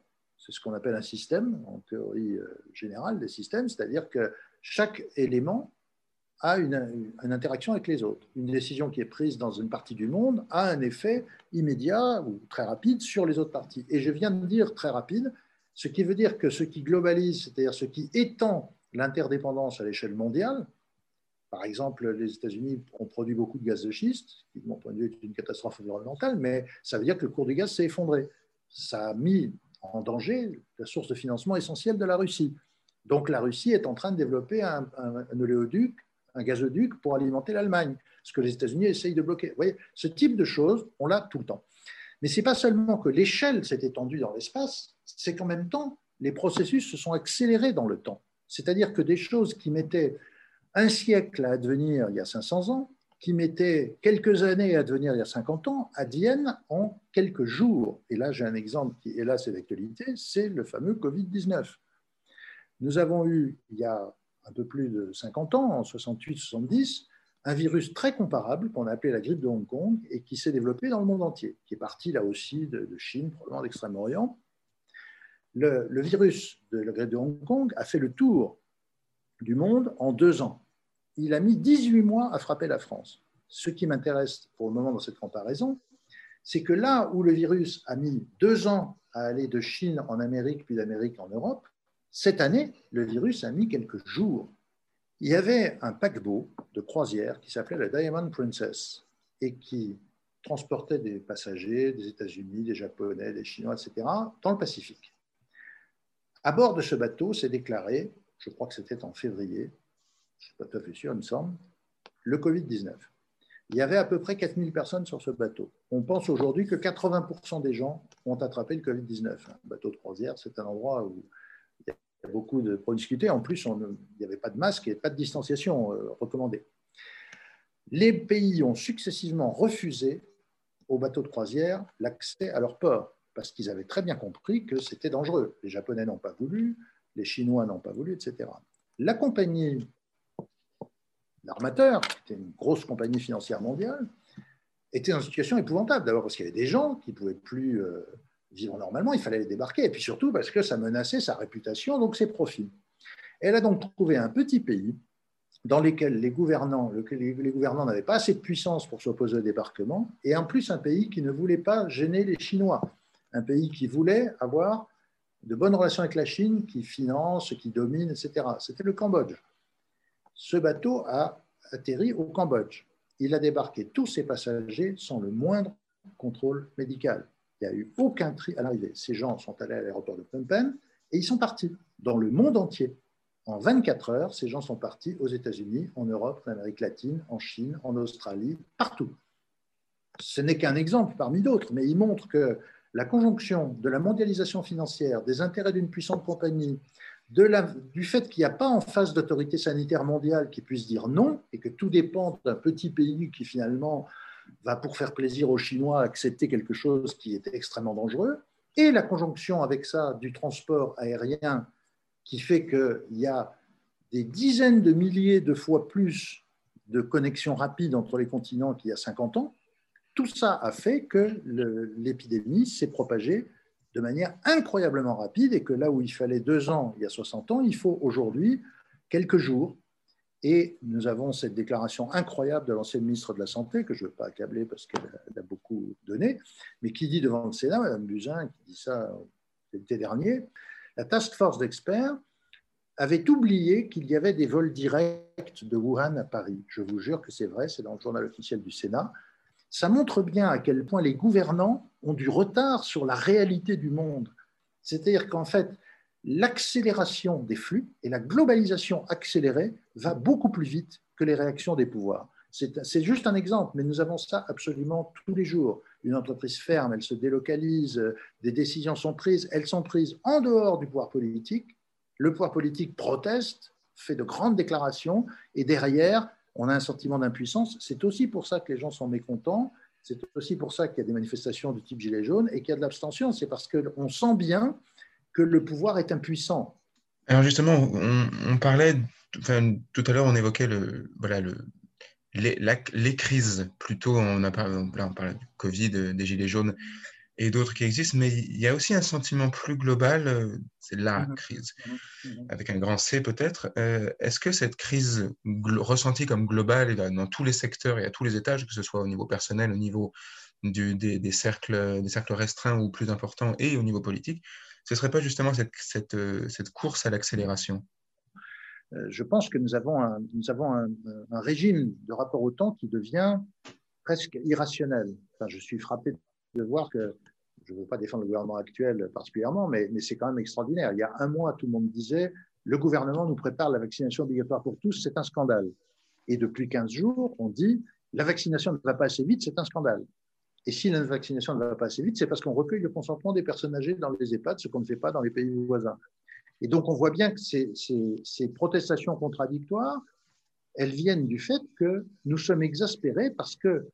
C'est ce qu'on appelle un système, en théorie générale des systèmes, c'est-à-dire que chaque élément a une, une interaction avec les autres. Une décision qui est prise dans une partie du monde a un effet immédiat ou très rapide sur les autres parties. Et je viens de dire très rapide, ce qui veut dire que ce qui globalise, c'est-à-dire ce qui étend l'interdépendance à l'échelle mondiale, par exemple, les États-Unis ont produit beaucoup de gaz de schiste, ce qui, de mon point de vue, est une catastrophe environnementale, mais ça veut dire que le cours du gaz s'est effondré. Ça a mis en danger la source de financement essentielle de la Russie. Donc la Russie est en train de développer un, un, un oléoduc, un gazoduc pour alimenter l'Allemagne, ce que les États-Unis essayent de bloquer. Vous voyez, ce type de choses, on l'a tout le temps. Mais ce n'est pas seulement que l'échelle s'est étendue dans l'espace, c'est qu'en même temps, les processus se sont accélérés dans le temps. C'est-à-dire que des choses qui mettaient un siècle à advenir il y a cinq cents ans, qui mettaient quelques années à advenir il y a cinquante ans, adviennent en quelques jours. Et là, j'ai un exemple qui, hélas, est d'actualité, c'est le fameux covid dix-neuf. Nous avons eu, il y a un peu plus de cinquante ans, en soixante-huit soixante-dix, un virus très comparable qu'on a appelé la grippe de Hong Kong et qui s'est développé dans le monde entier, qui est parti là aussi de, de Chine, probablement d'Extrême-Orient. Le, le virus de la grippe de Hong Kong a fait le tour du monde en deux ans. Il a mis dix-huit mois à frapper la France. Ce qui m'intéresse pour le moment dans cette comparaison, c'est que là où le virus a mis deux ans à aller de Chine en Amérique, puis d'Amérique en Europe, cette année, le virus a mis quelques jours. Il y avait un paquebot de croisière qui s'appelait la Diamond Princess et qui transportait des passagers des États-Unis, des Japonais, des Chinois, et cetera, dans le Pacifique. À bord de ce bateau s'est déclaré, je crois que c'était en février, je ne suis pas tout à fait sûr, il me semble, le covid dix-neuf. Il y avait à peu près quatre mille personnes sur ce bateau. On pense aujourd'hui que quatre-vingts pour cent des gens ont attrapé le covid dix-neuf. Un bateau de croisière, c'est un endroit où il y a beaucoup de pour discuter. En plus, on, il n'y avait pas de masque et pas de distanciation euh, recommandée. Les pays ont successivement refusé aux bateaux de croisière l'accès à leur port parce qu'ils avaient très bien compris que c'était dangereux. Les Japonais n'ont pas voulu, les Chinois n'ont pas voulu, et cetera. La compagnie, l'armateur, qui était une grosse compagnie financière mondiale, était dans une situation épouvantable. D'abord parce qu'il y avait des gens qui ne pouvaient plus euh, vivre normalement, il fallait les débarquer, et puis surtout parce que ça menaçait sa réputation, donc ses profits. Elle a donc trouvé un petit pays dans lequel les gouvernants, les gouvernants n'avaient pas assez de puissance pour s'opposer au débarquement, et en plus un pays qui ne voulait pas gêner les Chinois, un pays qui voulait avoir de bonnes relations avec la Chine, qui finance, qui domine, et cetera. C'était le Cambodge. Ce bateau a atterri au Cambodge. Il a débarqué tous ses passagers sans le moindre contrôle médical. Il n'y a eu aucun tri à l'arrivée. Ces gens sont allés à l'aéroport de Phnom Penh et ils sont partis dans le monde entier. En vingt-quatre heures, ces gens sont partis aux États-Unis, en Europe, en Amérique latine, en Chine, en Australie, partout. Ce n'est qu'un exemple parmi d'autres, mais il montre que la conjonction de la mondialisation financière, des intérêts d'une puissante compagnie, de la, du fait qu'il n'y a pas en face d'autorité sanitaire mondiale qui puisse dire non et que tout dépend d'un petit pays qui finalement va, pour faire plaisir aux Chinois, accepter quelque chose qui est extrêmement dangereux, et la conjonction avec ça du transport aérien qui fait qu'il y a des dizaines de milliers de fois plus de connexions rapides entre les continents qu'il y a cinquante ans, tout ça a fait que le, l'épidémie s'est propagée de manière incroyablement rapide et que là où il fallait deux ans il y a soixante ans, il faut aujourd'hui quelques jours. Et nous avons cette déclaration incroyable de l'ancienne ministre de la Santé, que je ne veux pas accabler parce qu'elle a beaucoup donné, mais qui dit devant le Sénat, Mme Buzyn, qui dit ça l'été dernier, la task force d'experts avait oublié qu'il y avait des vols directs de Wuhan à Paris. Je vous jure que c'est vrai, c'est dans le journal officiel du Sénat. Ça montre bien à quel point les gouvernants ont du retard sur la réalité du monde. C'est-à-dire qu'en fait, l'accélération des flux et la globalisation accélérée va beaucoup plus vite que les réactions des pouvoirs. C'est, c'est juste un exemple, mais nous avons ça absolument tous les jours. Une entreprise ferme, elle se délocalise, des décisions sont prises, elles sont prises en dehors du pouvoir politique. Le pouvoir politique proteste, fait de grandes déclarations, et derrière, on a un sentiment d'impuissance. C'est aussi pour ça que les gens sont mécontents, c'est aussi pour ça qu'il y a des manifestations du type gilet jaune et qu'il y a de l'abstention. C'est parce qu'on sent bien que le pouvoir est impuissant. Alors justement, on, on parlait, enfin, tout à l'heure, on évoquait le, voilà, le, les, la, les crises, plutôt, on a parlé, là on parle du Covid, des gilets jaunes, et d'autres qui existent, mais il y a aussi un sentiment plus global, euh, c'est la Mhm. crise, Mhm. Mhm. avec un grand C peut-être. Euh, est-ce que cette crise glo- ressentie comme globale et dans dans tous les secteurs et à tous les étages, que ce soit au niveau personnel, au niveau du- des, des cercles, des cercles restreints ou plus importants et au niveau politique, ce serait pas justement cette, cette, euh, cette course à l'accélération? Euh, Je pense que nous avons un, nous avons un, un régime de rapport au temps qui devient presque irrationnel. Enfin, je suis frappé de voir que, je ne veux pas défendre le gouvernement actuel particulièrement, mais, mais c'est quand même extraordinaire. Il y a un mois, tout le monde disait le gouvernement nous prépare la vaccination obligatoire pour tous, c'est un scandale. Et depuis quinze jours, on dit la vaccination ne va pas assez vite, c'est un scandale. Et si la vaccination ne va pas assez vite, c'est parce qu'on recueille le consentement des personnes âgées dans les EHPAD, ce qu'on ne fait pas dans les pays voisins. Et donc, on voit bien que ces, ces, ces protestations contradictoires, elles viennent du fait que nous sommes exaspérés parce que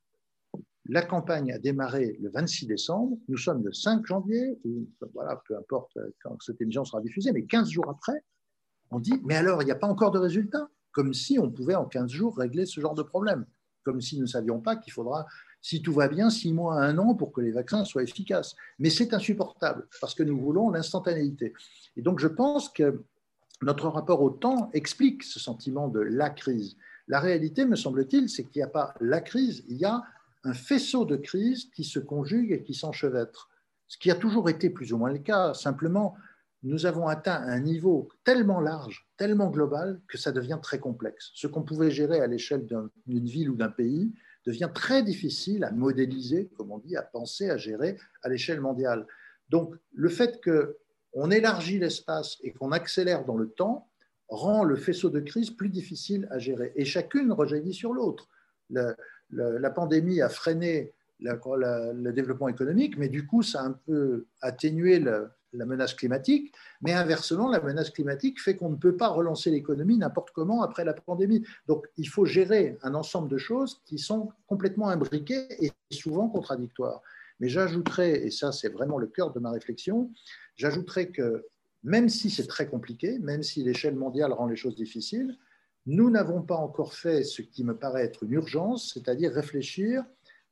la campagne a démarré le vingt-six décembre, nous sommes le cinq janvier, ou, voilà, peu importe quand cette émission sera diffusée, mais quinze jours après, on dit, mais alors, il n'y a pas encore de résultat, comme si on pouvait en quinze jours régler ce genre de problème, comme si nous ne savions pas qu'il faudra, si tout va bien, six mois à un an pour que les vaccins soient efficaces. Mais c'est insupportable, parce que nous voulons l'instantanéité. Et donc, je pense que notre rapport au temps explique ce sentiment de la crise. La réalité, me semble-t-il, c'est qu'il n'y a pas la crise, il y a un faisceau de crises qui se conjuguent et qui s'enchevêtrent. Ce qui a toujours été plus ou moins le cas. Simplement, nous avons atteint un niveau tellement large, tellement global, que ça devient très complexe. Ce qu'on pouvait gérer à l'échelle d'une ville ou d'un pays devient très difficile à modéliser, comme on dit, à penser, à gérer à l'échelle mondiale. Donc, le fait que on élargit l'espace et qu'on accélère dans le temps, rend le faisceau de crise plus difficile à gérer. Et chacune rejaillit sur l'autre. Le, le, la pandémie a freiné la, la, le développement économique, mais du coup, ça a un peu atténué le, la menace climatique. Mais inversement, la menace climatique fait qu'on ne peut pas relancer l'économie n'importe comment après la pandémie. Donc, il faut gérer un ensemble de choses qui sont complètement imbriquées et souvent contradictoires. Mais j'ajouterais, et ça c'est vraiment le cœur de ma réflexion, j'ajouterais que même si c'est très compliqué, même si l'échelle mondiale rend les choses difficiles, nous n'avons pas encore fait ce qui me paraît être une urgence, c'est-à-dire réfléchir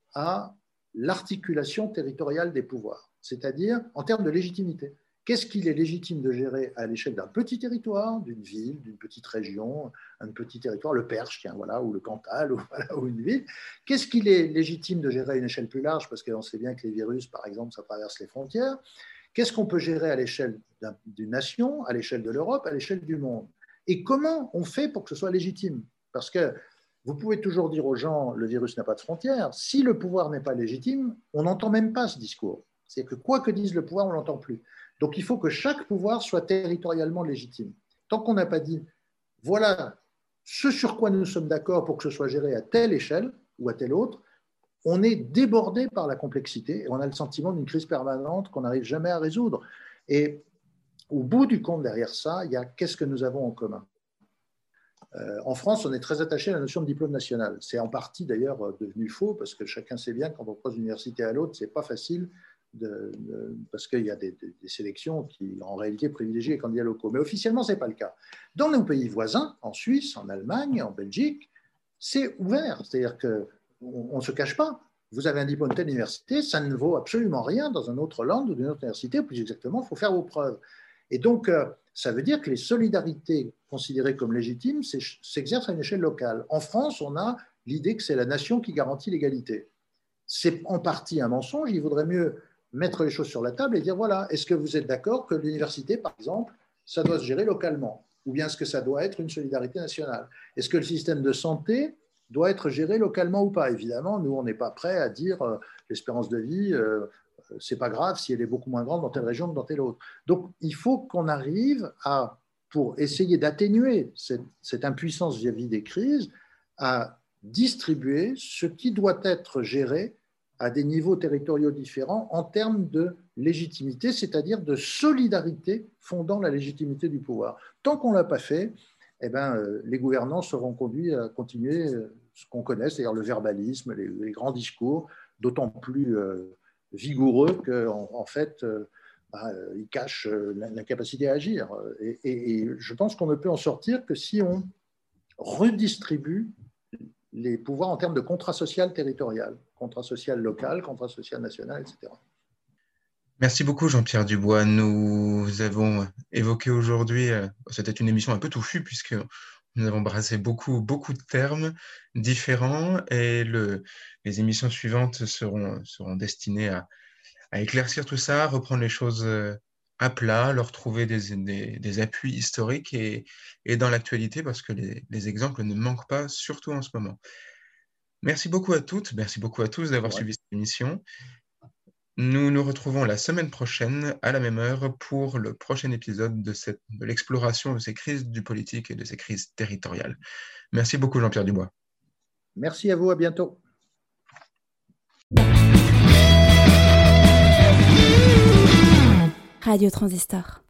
à l'articulation territoriale des pouvoirs, c'est-à-dire en termes de légitimité. Qu'est-ce qu'il est légitime de gérer à l'échelle d'un petit territoire, d'une ville, d'une petite région, un petit territoire, le Perche, tiens, voilà, ou le Cantal, ou, voilà, ou une ville. Qu'est-ce qu'il est légitime de gérer à une échelle plus large, parce qu'on sait bien que les virus, par exemple, ça traverse les frontières. Qu'est-ce qu'on peut gérer à l'échelle d'une nation, à l'échelle de l'Europe, à l'échelle du monde? Et comment on fait pour que ce soit légitime? Parce que vous pouvez toujours dire aux gens, le virus n'a pas de frontières. Si le pouvoir n'est pas légitime, on n'entend même pas ce discours. C'est-à-dire que quoi que dise le pouvoir, on ne l'entend plus. Donc il faut que chaque pouvoir soit territorialement légitime. Tant qu'on n'a pas dit, voilà ce sur quoi nous sommes d'accord pour que ce soit géré à telle échelle ou à telle autre, on est débordé par la complexité et on a le sentiment d'une crise permanente qu'on n'arrive jamais à résoudre. Et au bout du compte, derrière ça, il y a qu'est-ce que nous avons en commun. Euh, en France, on est très attaché à la notion de diplôme national. C'est en partie d'ailleurs devenu faux parce que chacun sait bien que quand on croise d'une université à l'autre, c'est pas facile de, de, parce qu'il y a des, des, des sélections qui, en réalité, privilégient les candidats locaux. Mais officiellement, ce n'est pas le cas. Dans nos pays voisins, en Suisse, en Allemagne, en Belgique, c'est ouvert. C'est-à-dire qu'on ne se cache pas. Vous avez un diplôme de telle université, ça ne vaut absolument rien dans un autre land ou d'une autre université. Plus exactement, il faut faire vos preuves. Et donc, ça veut dire que les solidarités considérées comme légitimes s'exercent à une échelle locale. En France, on a l'idée que c'est la nation qui garantit l'égalité. C'est en partie un mensonge. Il vaudrait mieux mettre les choses sur la table et dire, voilà, est-ce que vous êtes d'accord que l'université, par exemple, ça doit se gérer localement? Ou bien est-ce que ça doit être une solidarité nationale? Est-ce que le système de santé doit être géré localement ou pas? Évidemment, nous, on n'est pas prêt à dire euh, l'espérance de vie, euh, c'est pas grave si elle est beaucoup moins grande dans telle région que dans telle autre. Donc, il faut qu'on arrive à, pour essayer d'atténuer cette, cette impuissance vis-à-vis des crises, à distribuer ce qui doit être géré à des niveaux territoriaux différents en termes de légitimité, c'est-à-dire de solidarité fondant la légitimité du pouvoir. Tant qu'on ne l'a pas fait, eh ben, euh, les gouvernants seront conduits à continuer euh, ce qu'on connaît, c'est-à-dire le verbalisme, les, les grands discours, d'autant plus euh, vigoureux qu'en en fait, euh, bah, ils cachent l'incapacité à agir. Et, et, et je pense qu'on ne peut en sortir que si on redistribue les pouvoirs en termes de contrat social territorial, contrat social local, contrat social national, et cetera. Merci beaucoup, Jean-Pierre Dubois. Nous avons évoqué aujourd'hui, euh, c'était une émission un peu touffue puisque nous avons brassé beaucoup, beaucoup de termes différents et le, les émissions suivantes seront, seront destinées à, à éclaircir tout ça, reprendre les choses euh, à plat, leur trouver des, des, des appuis historiques et, et dans l'actualité parce que les, les exemples ne manquent pas, surtout en ce moment. Merci beaucoup à toutes, merci beaucoup à tous d'avoir Ouais. suivi cette émission. Nous nous retrouvons la semaine prochaine à la même heure pour le prochain épisode de, cette, de l'exploration de ces crises du politique et de ces crises territoriales. Merci beaucoup Jean-Pierre Dubois. Merci à vous, à bientôt. Radio Transistor.